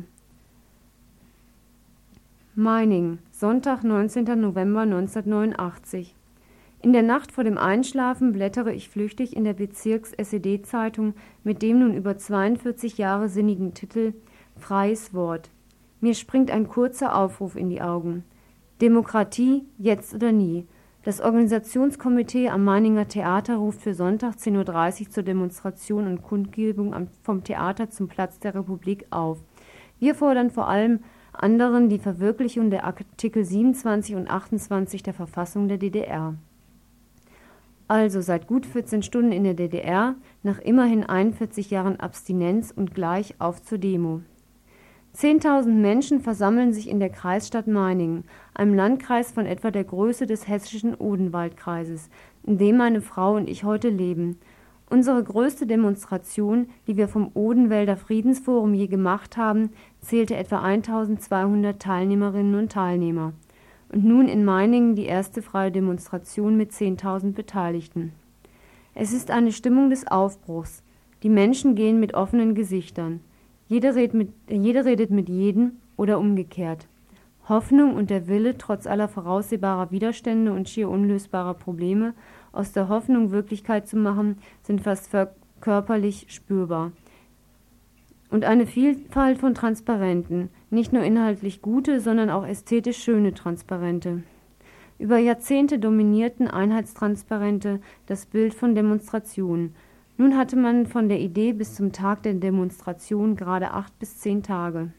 Meiningen, Sonntag, 19. November 1989. In der Nacht vor dem Einschlafen blättere ich flüchtig in der Bezirks-SED-Zeitung mit dem nun über 42 Jahre sinnigen Titel »Freies Wort«. Mir springt ein kurzer Aufruf in die Augen. Demokratie, jetzt oder nie. Das Organisationskomitee am Meininger Theater ruft für Sonntag 10:30 Uhr zur Demonstration und Kundgebung vom Theater zum Platz der Republik auf. Wir fordern vor allem anderen die Verwirklichung der Artikel 27 und 28 der Verfassung der DDR. Also seit gut 14 Stunden in der DDR, nach immerhin 41 Jahren Abstinenz und gleich auf zur Demo. 10.000 Menschen versammeln sich in der Kreisstadt Meiningen, einem Landkreis von etwa der Größe des hessischen Odenwaldkreises, in dem meine Frau und ich heute leben. Unsere größte Demonstration, die wir vom Odenwälder Friedensforum je gemacht haben, zählte etwa 1.200 Teilnehmerinnen und Teilnehmer. Und nun in Meiningen die erste freie Demonstration mit 10.000 Beteiligten. Es ist eine Stimmung des Aufbruchs. Die Menschen gehen mit offenen Gesichtern. Jeder redet mit jedem oder umgekehrt. Hoffnung und der Wille, trotz aller voraussehbarer Widerstände und schier unlösbarer Probleme, aus der Hoffnung Wirklichkeit zu machen, sind fast körperlich spürbar. Und eine Vielfalt von Transparenten, nicht nur inhaltlich gute, sondern auch ästhetisch schöne Transparente. Über Jahrzehnte dominierten Einheitstransparente das Bild von Demonstrationen. Nun hatte man von der Idee bis zum Tag der Demonstration gerade 8 bis 10 Tage.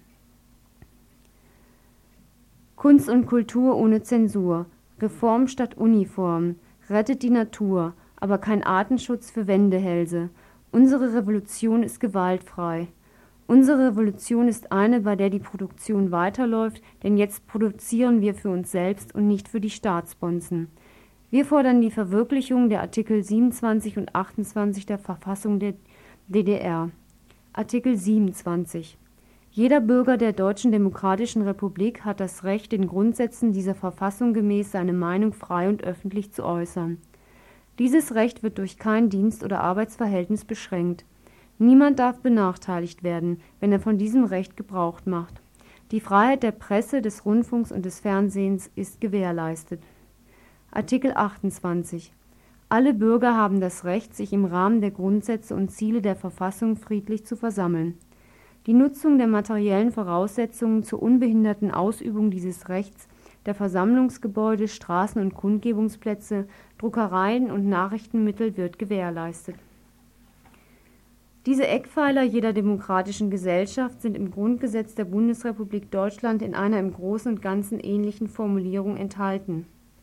Kunst und Kultur ohne Zensur, Reform statt Uniform, rettet die Natur, aber kein Artenschutz für Wendehälse. Unsere Revolution ist gewaltfrei. Unsere Revolution ist eine, bei der die Produktion weiterläuft, denn jetzt produzieren wir für uns selbst und nicht für die Staatsbonzen. Wir fordern die Verwirklichung der Artikel 27 und 28 der Verfassung der DDR. Artikel 27. Jeder Bürger der Deutschen Demokratischen Republik hat das Recht, den Grundsätzen dieser Verfassung gemäß seine Meinung frei und öffentlich zu äußern. Dieses Recht wird durch kein Dienst- oder Arbeitsverhältnis beschränkt. Niemand darf benachteiligt werden, wenn er von diesem Recht Gebrauch macht. Die Freiheit der Presse, des Rundfunks und des Fernsehens ist gewährleistet. Artikel 28. Alle Bürger haben das Recht, sich im Rahmen der Grundsätze und Ziele der Verfassung friedlich zu versammeln. Die Nutzung der materiellen Voraussetzungen zur unbehinderten Ausübung dieses Rechts, der Versammlungsgebäude, Straßen- und Kundgebungsplätze, Druckereien und Nachrichtenmittel wird gewährleistet. Diese Eckpfeiler jeder demokratischen Gesellschaft sind im Grundgesetz der Bundesrepublik Deutschland in einer im Großen und Ganzen ähnlichen Formulierung enthalten.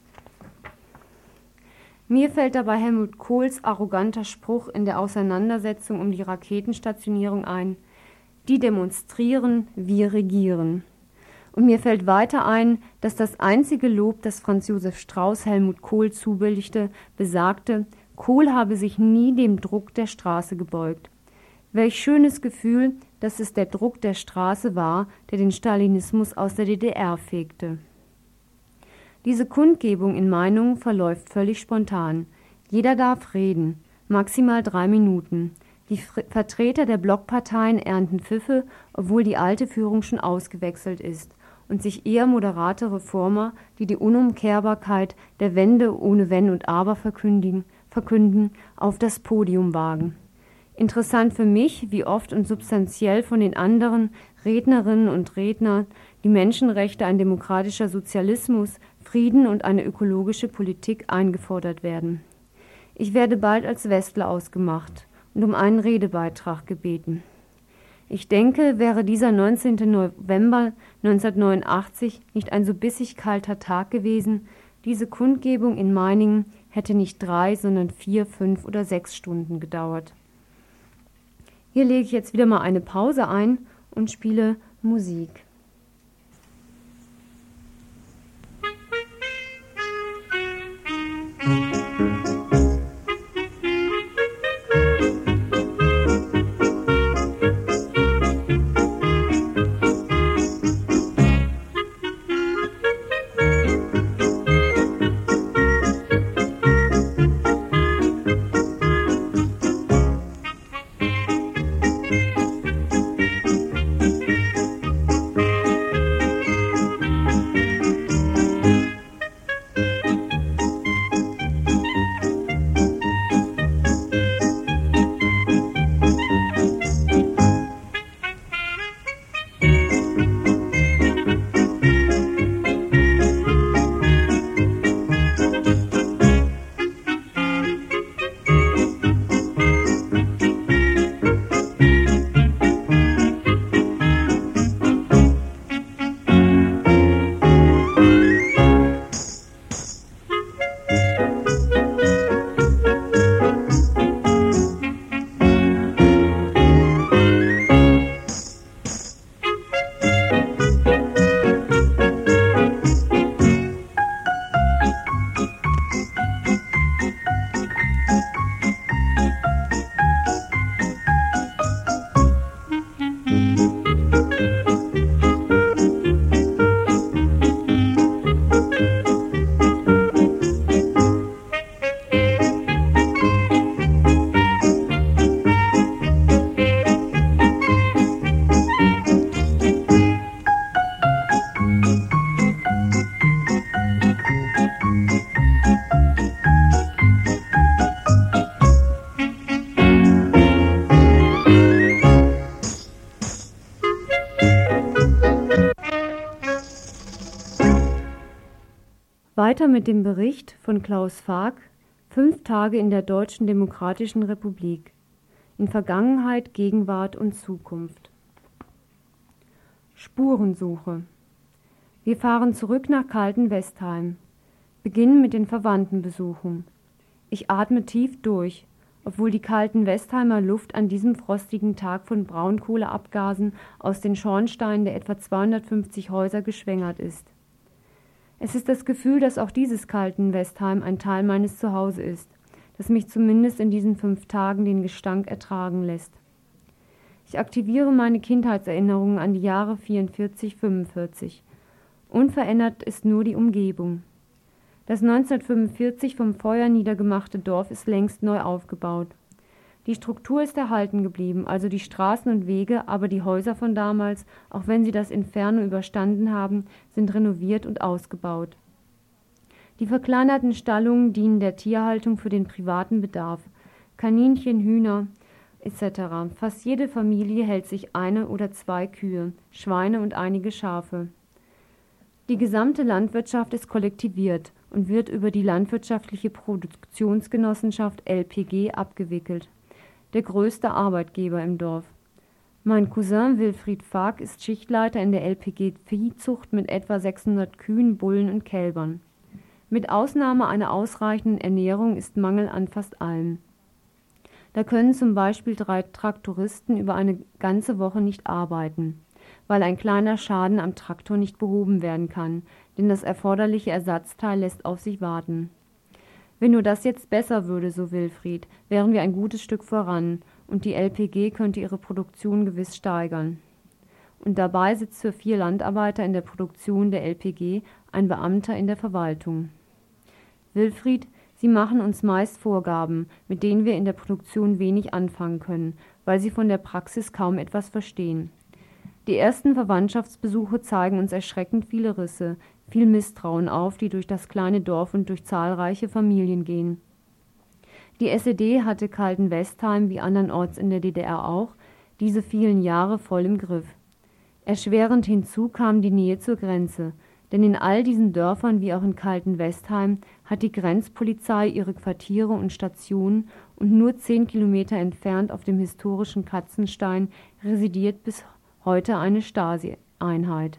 Mir fällt dabei Helmut Kohls arroganter Spruch in der Auseinandersetzung um die Raketenstationierung ein: Die demonstrieren, wir regieren. Und mir fällt weiter ein, dass das einzige Lob, das Franz Josef Strauß Helmut Kohl zubilligte, besagte, Kohl habe sich nie dem Druck der Straße gebeugt. Welch schönes Gefühl, dass es der Druck der Straße war, der den Stalinismus aus der DDR fegte. Diese Kundgebung in Meinungen verläuft völlig spontan. Jeder darf reden, maximal 3 Minuten. Die Vertreter der Blockparteien ernten Pfiffe, obwohl die alte Führung schon ausgewechselt ist und sich eher moderate Reformer, die die Unumkehrbarkeit der Wende ohne Wenn und Aber verkünden, auf das Podium wagen. Interessant für mich, wie oft und substanziell von den anderen Rednerinnen und Rednern die Menschenrechte, ein demokratischer Sozialismus, Frieden und eine ökologische Politik eingefordert werden. Ich werde bald als Westler ausgemacht und um einen Redebeitrag gebeten. Ich denke, wäre dieser 19. November 1989 nicht ein so bissig kalter Tag gewesen, diese Kundgebung in Meiningen hätte nicht 3, sondern 4, 5 oder 6 Stunden gedauert. Hier lege ich jetzt wieder mal eine Pause ein und spiele Musik. Weiter mit dem Bericht von Klaus Vaak, 5 Tage in der Deutschen Demokratischen Republik. In Vergangenheit, Gegenwart und Zukunft. Spurensuche. Wir fahren zurück nach Kaltenwestheim. Beginnen mit den Verwandtenbesuchen. Ich atme tief durch, obwohl die Kaltenwestheimer Luft an diesem frostigen Tag von Braunkohleabgasen aus den Schornsteinen der etwa 250 Häuser geschwängert ist. Es ist das Gefühl, dass auch dieses Kaltenwestheim ein Teil meines Zuhause ist, das mich zumindest in diesen 5 Tagen den Gestank ertragen lässt. Ich aktiviere meine Kindheitserinnerungen an die Jahre 44, 45. Unverändert ist nur die Umgebung. Das 1945 vom Feuer niedergemachte Dorf ist längst neu aufgebaut. Die Struktur ist erhalten geblieben, also die Straßen und Wege, aber die Häuser von damals, auch wenn sie das Inferno überstanden haben, sind renoviert und ausgebaut. Die verkleinerten Stallungen dienen der Tierhaltung für den privaten Bedarf. Kaninchen, Hühner. etc. Fast jede Familie hält sich 1 oder 2 Kühe, Schweine und einige Schafe. Die gesamte Landwirtschaft ist kollektiviert und wird über die Landwirtschaftliche Produktionsgenossenschaft LPG abgewickelt, der größte Arbeitgeber im Dorf. Mein Cousin Wilfried Fag ist Schichtleiter in der LPG-Viehzucht mit etwa 600 Kühen, Bullen und Kälbern. Mit Ausnahme einer ausreichenden Ernährung ist Mangel an fast allem. Da können zum Beispiel 3 Traktoristen über eine ganze Woche nicht arbeiten, weil ein kleiner Schaden am Traktor nicht behoben werden kann, denn das erforderliche Ersatzteil lässt auf sich warten. Wenn nur das jetzt besser würde, so Wilfried, wären wir ein gutes Stück voran und die LPG könnte ihre Produktion gewiss steigern. Und dabei sitzt für 4 Landarbeiter in der Produktion der LPG ein Beamter in der Verwaltung. Wilfried, Sie machen uns meist Vorgaben, mit denen wir in der Produktion wenig anfangen können, weil Sie von der Praxis kaum etwas verstehen. Die ersten Verwandtschaftsbesuche zeigen uns erschreckend viele Risse, viel Misstrauen auf, die durch das kleine Dorf und durch zahlreiche Familien gehen. Die SED hatte Kalten-Westheim wie andernorts in der DDR auch diese vielen Jahre voll im Griff. Erschwerend hinzu kam die Nähe zur Grenze, denn in all diesen Dörfern wie auch in Kalten-Westheim hat die Grenzpolizei ihre Quartiere und Stationen und nur 10 Kilometer entfernt auf dem historischen Katzenstein residiert bis heute eine Stasi-Einheit.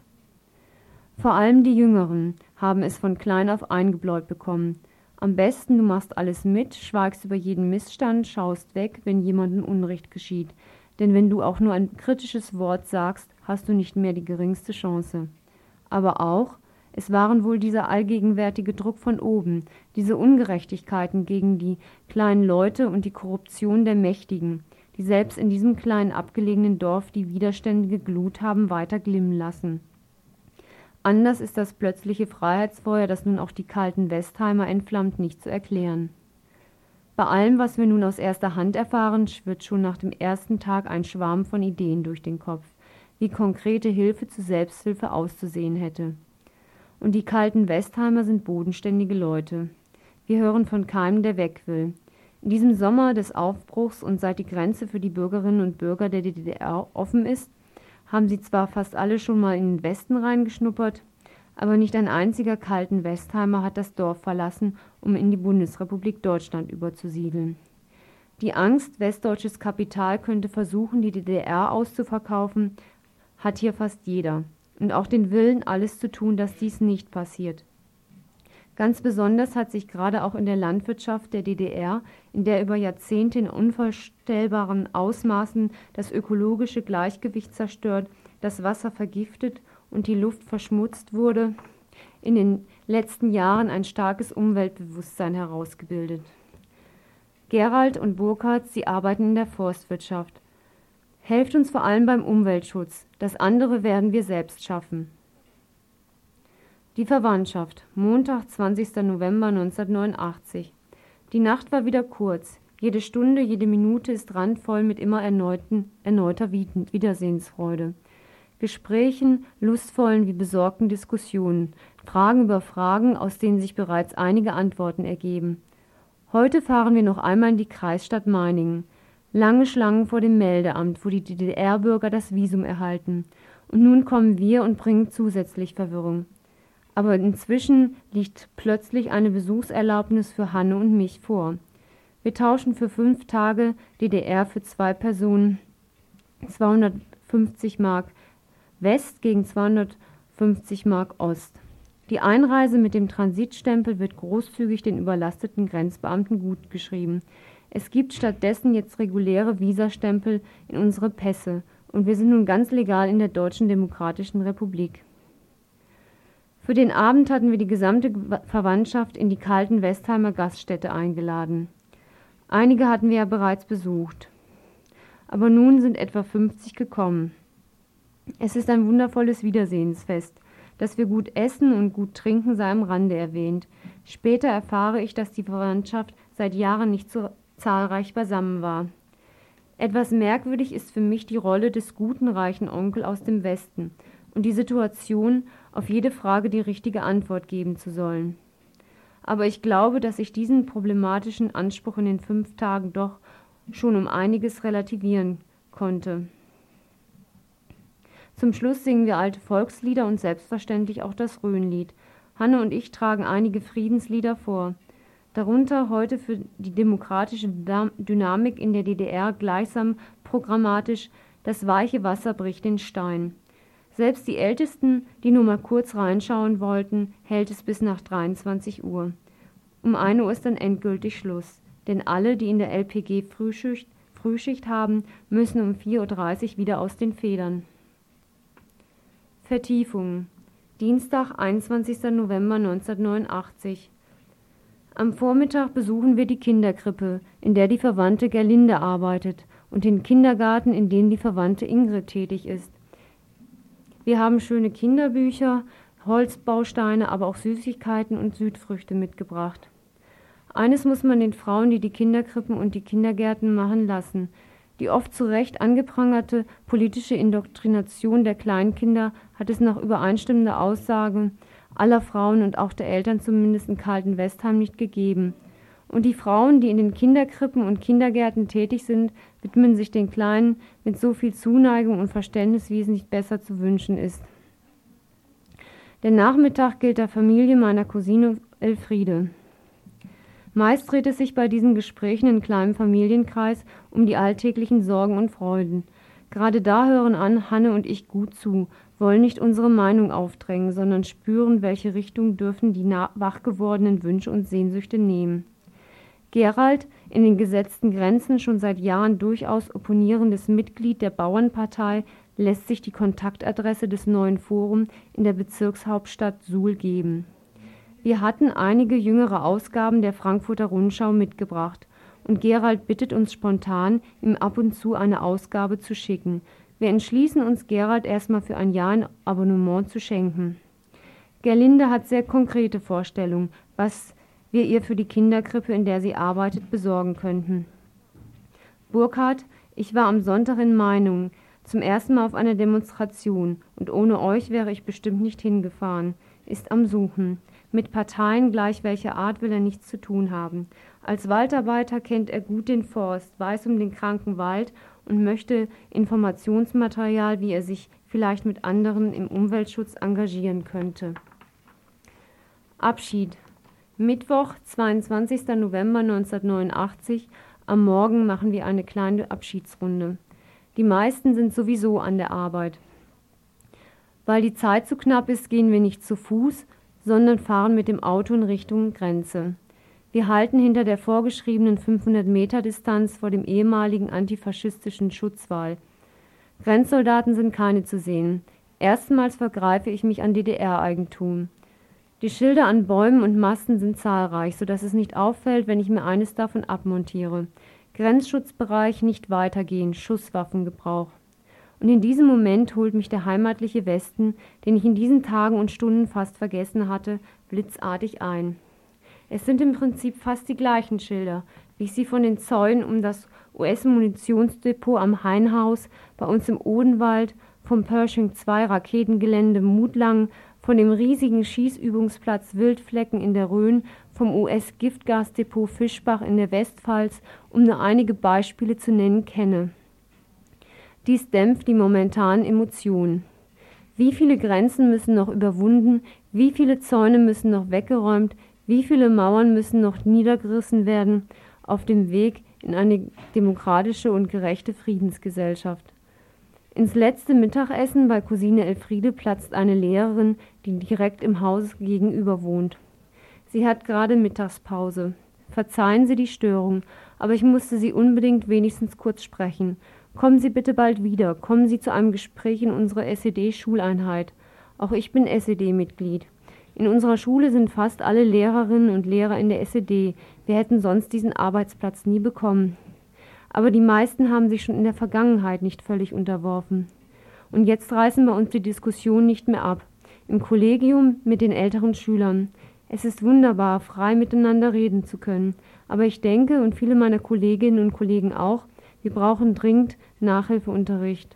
Vor allem die Jüngeren haben es von klein auf eingebläut bekommen. Am besten, du machst alles mit, schweigst über jeden Missstand, schaust weg, wenn jemandem Unrecht geschieht. Denn wenn du auch nur ein kritisches Wort sagst, hast du nicht mehr die geringste Chance. Aber auch, es waren wohl dieser allgegenwärtige Druck von oben, diese Ungerechtigkeiten gegen die kleinen Leute und die Korruption der Mächtigen, die selbst in diesem kleinen abgelegenen Dorf die widerständige Glut haben weiter glimmen lassen. Anders ist das plötzliche Freiheitsfeuer, das nun auch die kalten Westheimer entflammt, nicht zu erklären. Bei allem, was wir nun aus erster Hand erfahren, schwirrt schon nach dem ersten Tag ein Schwarm von Ideen durch den Kopf, wie konkrete Hilfe zur Selbsthilfe auszusehen hätte. Und die kalten Westheimer sind bodenständige Leute. Wir hören von keinem, der weg will. In diesem Sommer des Aufbruchs und seit die Grenze für die Bürgerinnen und Bürger der DDR offen ist, haben sie zwar fast alle schon mal in den Westen reingeschnuppert, aber nicht ein einziger kalten Westheimer hat das Dorf verlassen, um in die Bundesrepublik Deutschland überzusiedeln. Die Angst, westdeutsches Kapital könnte versuchen, die DDR auszuverkaufen, hat hier fast jeder. Und auch den Willen, alles zu tun, dass dies nicht passiert. Ganz besonders hat sich gerade auch in der Landwirtschaft der DDR, in der über Jahrzehnte in unvorstellbaren Ausmaßen das ökologische Gleichgewicht zerstört, das Wasser vergiftet und die Luft verschmutzt wurde, in den letzten Jahren ein starkes Umweltbewusstsein herausgebildet. Gerald und Burkhard, sie arbeiten in der Forstwirtschaft. Helft uns vor allem beim Umweltschutz, das andere werden wir selbst schaffen. Die Verwandtschaft, Montag, 20. November 1989. Die Nacht war wieder kurz. Jede Stunde, jede Minute ist randvoll mit immer erneuter Wiedersehensfreude. Gesprächen, lustvollen wie besorgten Diskussionen, Fragen über Fragen, aus denen sich bereits einige Antworten ergeben. Heute fahren wir noch einmal in die Kreisstadt Meiningen. Lange Schlangen vor dem Meldeamt, wo die DDR-Bürger das Visum erhalten. Und nun kommen wir und bringen zusätzlich Verwirrung. Aber inzwischen liegt plötzlich eine Besuchserlaubnis für Hanne und mich vor. Wir tauschen für 5 Tage DDR für 2 Personen 250 Mark West gegen 250 Mark Ost. Die Einreise mit dem Transitstempel wird großzügig den überlasteten Grenzbeamten gutgeschrieben. Es gibt stattdessen jetzt reguläre Visastempel in unsere Pässe und wir sind nun ganz legal in der Deutschen Demokratischen Republik. Für den Abend hatten wir die gesamte Verwandtschaft in die kalten Westheimer Gaststätte eingeladen. Einige hatten wir ja bereits besucht. Aber nun sind etwa 50 gekommen. Es ist ein wundervolles Wiedersehensfest. Dass wir gut essen und gut trinken, sei am Rande erwähnt. Später erfahre ich, dass die Verwandtschaft seit Jahren nicht so zahlreich beisammen war. Etwas merkwürdig ist für mich die Rolle des guten, reichen Onkel aus dem Westen und die Situation, auf jede Frage die richtige Antwort geben zu sollen. Aber ich glaube, dass ich diesen problematischen Anspruch in den 5 Tagen doch schon um einiges relativieren konnte. Zum Schluss singen wir alte Volkslieder und selbstverständlich auch das Rhönlied. Hanne und ich tragen einige Friedenslieder vor. Darunter heute für die demokratische Dynamik in der DDR gleichsam programmatisch „Das weiche Wasser bricht den Stein“. Selbst die Ältesten, die nur mal kurz reinschauen wollten, hält es bis nach 23 Uhr. Um 1 Uhr ist dann endgültig Schluss, denn alle, die in der LPG Frühschicht haben, müssen um 4:30 Uhr wieder aus den Federn. Vertiefung. Dienstag, 21. November 1989. Am Vormittag besuchen wir die Kinderkrippe, in der die Verwandte Gerlinde arbeitet, und den Kindergarten, in dem die Verwandte Ingrid tätig ist. Wir haben schöne Kinderbücher, Holzbausteine, aber auch Süßigkeiten und Südfrüchte mitgebracht. Eines muss man den Frauen, die die Kinderkrippen und die Kindergärten machen, lassen. Die oft zu Recht angeprangerte politische Indoktrination der Kleinkinder hat es nach übereinstimmender Aussage aller Frauen und auch der Eltern zumindest in Kaltenwestheim nicht gegeben. Und die Frauen, die in den Kinderkrippen und Kindergärten tätig sind, widmen sich den Kleinen mit so viel Zuneigung und Verständnis, wie es nicht besser zu wünschen ist. Der Nachmittag gilt der Familie meiner Cousine Elfriede. Meist dreht es sich bei diesen Gesprächen in kleinem Familienkreis um die alltäglichen Sorgen und Freuden. Gerade da hören Hanne und ich gut zu, wollen nicht unsere Meinung aufdrängen, sondern spüren, welche Richtung dürfen die wach gewordenen Wünsche und Sehnsüchte nehmen. Gerald, in den gesetzten Grenzen schon seit Jahren durchaus opponierendes Mitglied der Bauernpartei, lässt sich die Kontaktadresse des neuen Forums in der Bezirkshauptstadt Suhl geben. Wir hatten einige jüngere Ausgaben der Frankfurter Rundschau mitgebracht und Gerald bittet uns spontan, ihm ab und zu eine Ausgabe zu schicken. Wir entschließen uns, Gerald erstmal für ein Jahr ein Abonnement zu schenken. Gerlinde hat sehr konkrete Vorstellungen, was wir ihr für die Kinderkrippe, in der sie arbeitet, besorgen könnten. Burkhard, ich war am Sonntag in Meinungen, zum ersten Mal auf einer Demonstration, und ohne euch wäre ich bestimmt nicht hingefahren, ist am Suchen. Mit Parteien gleich welcher Art will er nichts zu tun haben. Als Waldarbeiter kennt er gut den Forst, weiß um den kranken Wald und möchte Informationsmaterial, wie er sich vielleicht mit anderen im Umweltschutz engagieren könnte. Abschied. Mittwoch, 22. November 1989. Am Morgen machen wir eine kleine Abschiedsrunde. Die meisten sind sowieso an der Arbeit. Weil die Zeit zu knapp ist, gehen wir nicht zu Fuß, sondern fahren mit dem Auto in Richtung Grenze. Wir halten hinter der vorgeschriebenen 500 Meter Distanz vor dem ehemaligen antifaschistischen Schutzwall. Grenzsoldaten sind keine zu sehen. Erstmals vergreife ich mich an DDR-Eigentum. Die Schilder an Bäumen und Masten sind zahlreich, sodass es nicht auffällt, wenn ich mir eines davon abmontiere. Grenzschutzbereich, nicht weitergehen, Schusswaffengebrauch. Und in diesem Moment holt mich der heimatliche Westen, den ich in diesen Tagen und Stunden fast vergessen hatte, blitzartig ein. Es sind im Prinzip fast die gleichen Schilder, wie ich sie von den Zäunen um das US-Munitionsdepot am Hainhaus, bei uns im Odenwald, vom Pershing 2 Raketengelände Mutlang, von dem riesigen Schießübungsplatz Wildflecken in der Rhön, vom US-Giftgasdepot Fischbach in der Westpfalz, um nur einige Beispiele zu nennen, kenne. Dies dämpft die momentanen Emotionen. Wie viele Grenzen müssen noch überwunden, wie viele Zäune müssen noch weggeräumt, wie viele Mauern müssen noch niedergerissen werden auf dem Weg in eine demokratische und gerechte Friedensgesellschaft. Ins letzte Mittagessen bei Cousine Elfriede platzt eine Lehrerin, die direkt im Haus gegenüber wohnt. Sie hat gerade Mittagspause. Verzeihen Sie die Störung, aber ich musste Sie unbedingt wenigstens kurz sprechen. Kommen Sie bitte bald wieder, kommen Sie zu einem Gespräch in unserer SED-Schuleinheit. Auch ich bin SED-Mitglied. In unserer Schule sind fast alle Lehrerinnen und Lehrer in der SED. Wir hätten sonst diesen Arbeitsplatz nie bekommen. Aber die meisten haben sich schon in der Vergangenheit nicht völlig unterworfen. Und jetzt reißen bei uns die Diskussionen nicht mehr ab. Im Kollegium mit den älteren Schülern. Es ist wunderbar, frei miteinander reden zu können. Aber ich denke, und viele meiner Kolleginnen und Kollegen auch, wir brauchen dringend Nachhilfeunterricht.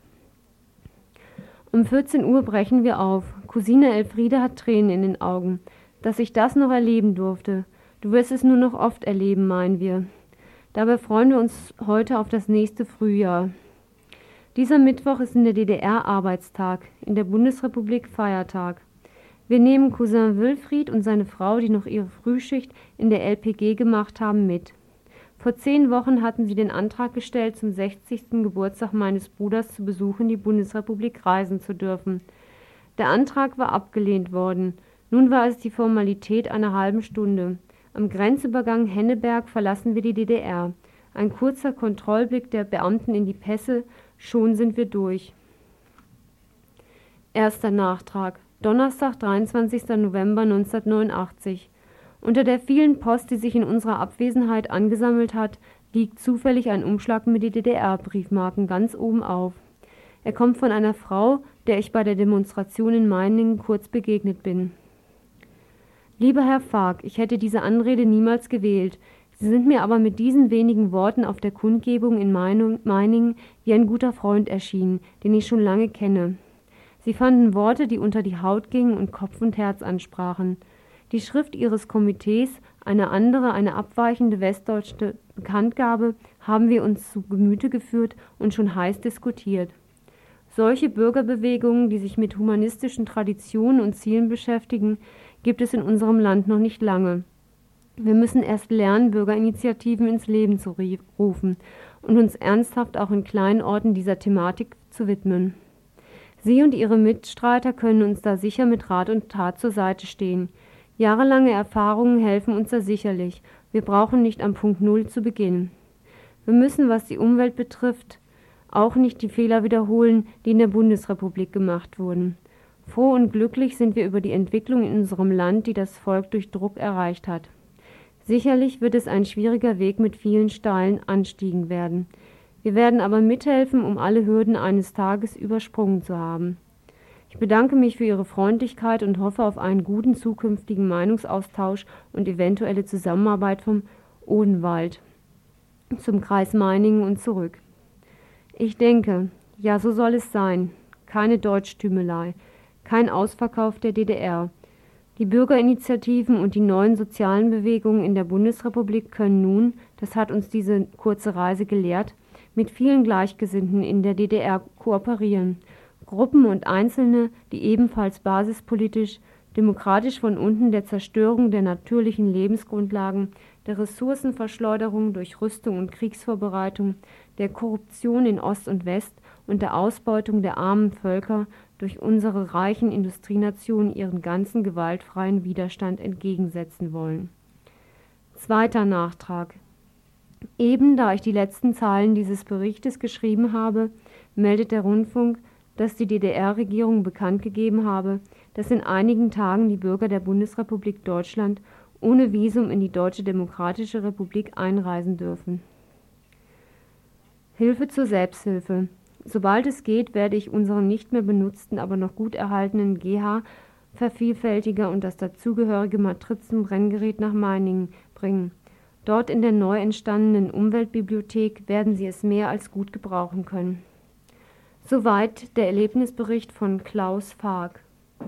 Um 14 Uhr brechen wir auf. Cousine Elfriede hat Tränen in den Augen. Dass ich das noch erleben durfte. Du wirst es nur noch oft erleben, meinen wir. Dabei freuen wir uns heute auf das nächste Frühjahr. Dieser Mittwoch ist in der DDR Arbeitstag, in der Bundesrepublik Feiertag. Wir nehmen Cousin Wilfried und seine Frau, die noch ihre Frühschicht in der LPG gemacht haben, mit. Vor 10 Wochen hatten sie den Antrag gestellt, zum 60. Geburtstag meines Bruders zu Besuch in die Bundesrepublik reisen zu dürfen. Der Antrag war abgelehnt worden. Nun war es die Formalität einer halben Stunde. Am Grenzübergang Henneberg verlassen wir die DDR. Ein kurzer Kontrollblick der Beamten in die Pässe, schon sind wir durch. Erster Nachtrag. Donnerstag, 23. November 1989. Unter der vielen Post, die sich in unserer Abwesenheit angesammelt hat, liegt zufällig ein Umschlag mit den DDR-Briefmarken ganz oben auf. Er kommt von einer Frau, der ich bei der Demonstration in Meiningen kurz begegnet bin. Lieber Herr Fag, ich hätte diese Anrede niemals gewählt. Sie sind mir aber mit diesen wenigen Worten auf der Kundgebung in Meiningen wie ein guter Freund erschienen, den ich schon lange kenne. Sie fanden Worte, die unter die Haut gingen und Kopf und Herz ansprachen. Die Schrift Ihres Komitees, eine andere, eine abweichende westdeutsche Bekanntgabe, haben wir uns zu Gemüte geführt und schon heiß diskutiert. Solche Bürgerbewegungen, die sich mit humanistischen Traditionen und Zielen beschäftigen, gibt es in unserem Land noch nicht lange. Wir müssen erst lernen, Bürgerinitiativen ins Leben zu rufen und uns ernsthaft auch in kleinen Orten dieser Thematik zu widmen. Sie und Ihre Mitstreiter können uns da sicher mit Rat und Tat zur Seite stehen. Jahrelange Erfahrungen helfen uns da sicherlich. Wir brauchen nicht am Punkt Null zu beginnen. Wir müssen, was die Umwelt betrifft, auch nicht die Fehler wiederholen, die in der Bundesrepublik gemacht wurden. Froh und glücklich sind wir über die Entwicklung in unserem Land, die das Volk durch Druck erreicht hat. Sicherlich wird es ein schwieriger Weg mit vielen steilen Anstiegen werden. Wir werden aber mithelfen, um alle Hürden eines Tages übersprungen zu haben. Ich bedanke mich für Ihre Freundlichkeit und hoffe auf einen guten zukünftigen Meinungsaustausch und eventuelle Zusammenarbeit vom Odenwald zum Kreis Meiningen und zurück. Ich denke, ja, so soll es sein. Keine Deutschtümelei, kein Ausverkauf der DDR. Die Bürgerinitiativen und die neuen sozialen Bewegungen in der Bundesrepublik können nun, das hat uns diese kurze Reise gelehrt, mit vielen Gleichgesinnten in der DDR kooperieren. Gruppen und Einzelne, die ebenfalls basispolitisch, demokratisch von unten der Zerstörung der natürlichen Lebensgrundlagen, der Ressourcenverschleuderung durch Rüstung und Kriegsvorbereitung, der Korruption in Ost und West und der Ausbeutung der armen Völker durch unsere reichen Industrienationen ihren ganzen gewaltfreien Widerstand entgegensetzen wollen. Zweiter Nachtrag. Eben da ich die letzten Zeilen dieses Berichtes geschrieben habe, meldet der Rundfunk, dass die DDR-Regierung bekannt gegeben habe, dass in einigen Tagen die Bürger der Bundesrepublik Deutschland ohne Visum in die Deutsche Demokratische Republik einreisen dürfen. Hilfe zur Selbsthilfe. Sobald es geht, werde ich unseren nicht mehr benutzten, aber noch gut erhaltenen GH-Vervielfältiger und das dazugehörige Matrizenbrenngerät nach Meiningen bringen. Dort in der neu entstandenen Umweltbibliothek werden Sie es mehr als gut gebrauchen können. Soweit der Erlebnisbericht von Klaus Fag.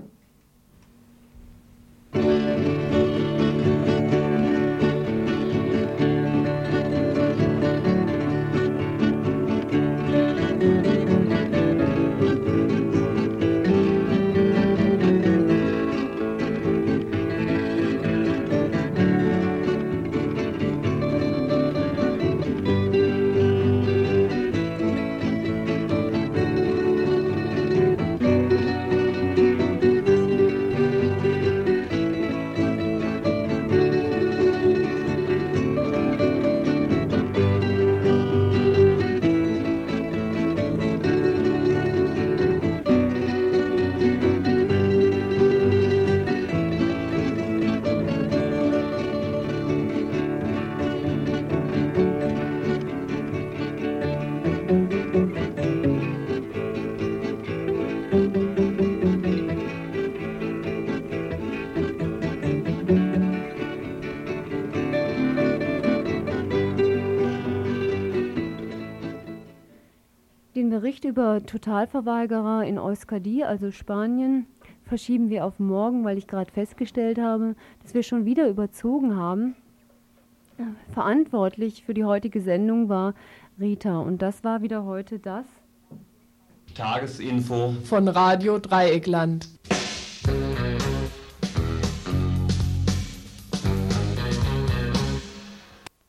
Den Bericht über Totalverweigerer in Euskadi, also Spanien, verschieben wir auf morgen, weil ich gerade festgestellt habe, dass wir schon wieder überzogen haben. Verantwortlich für die heutige Sendung war Rita und das war wieder heute das Tagesinfo von Radio Dreieckland.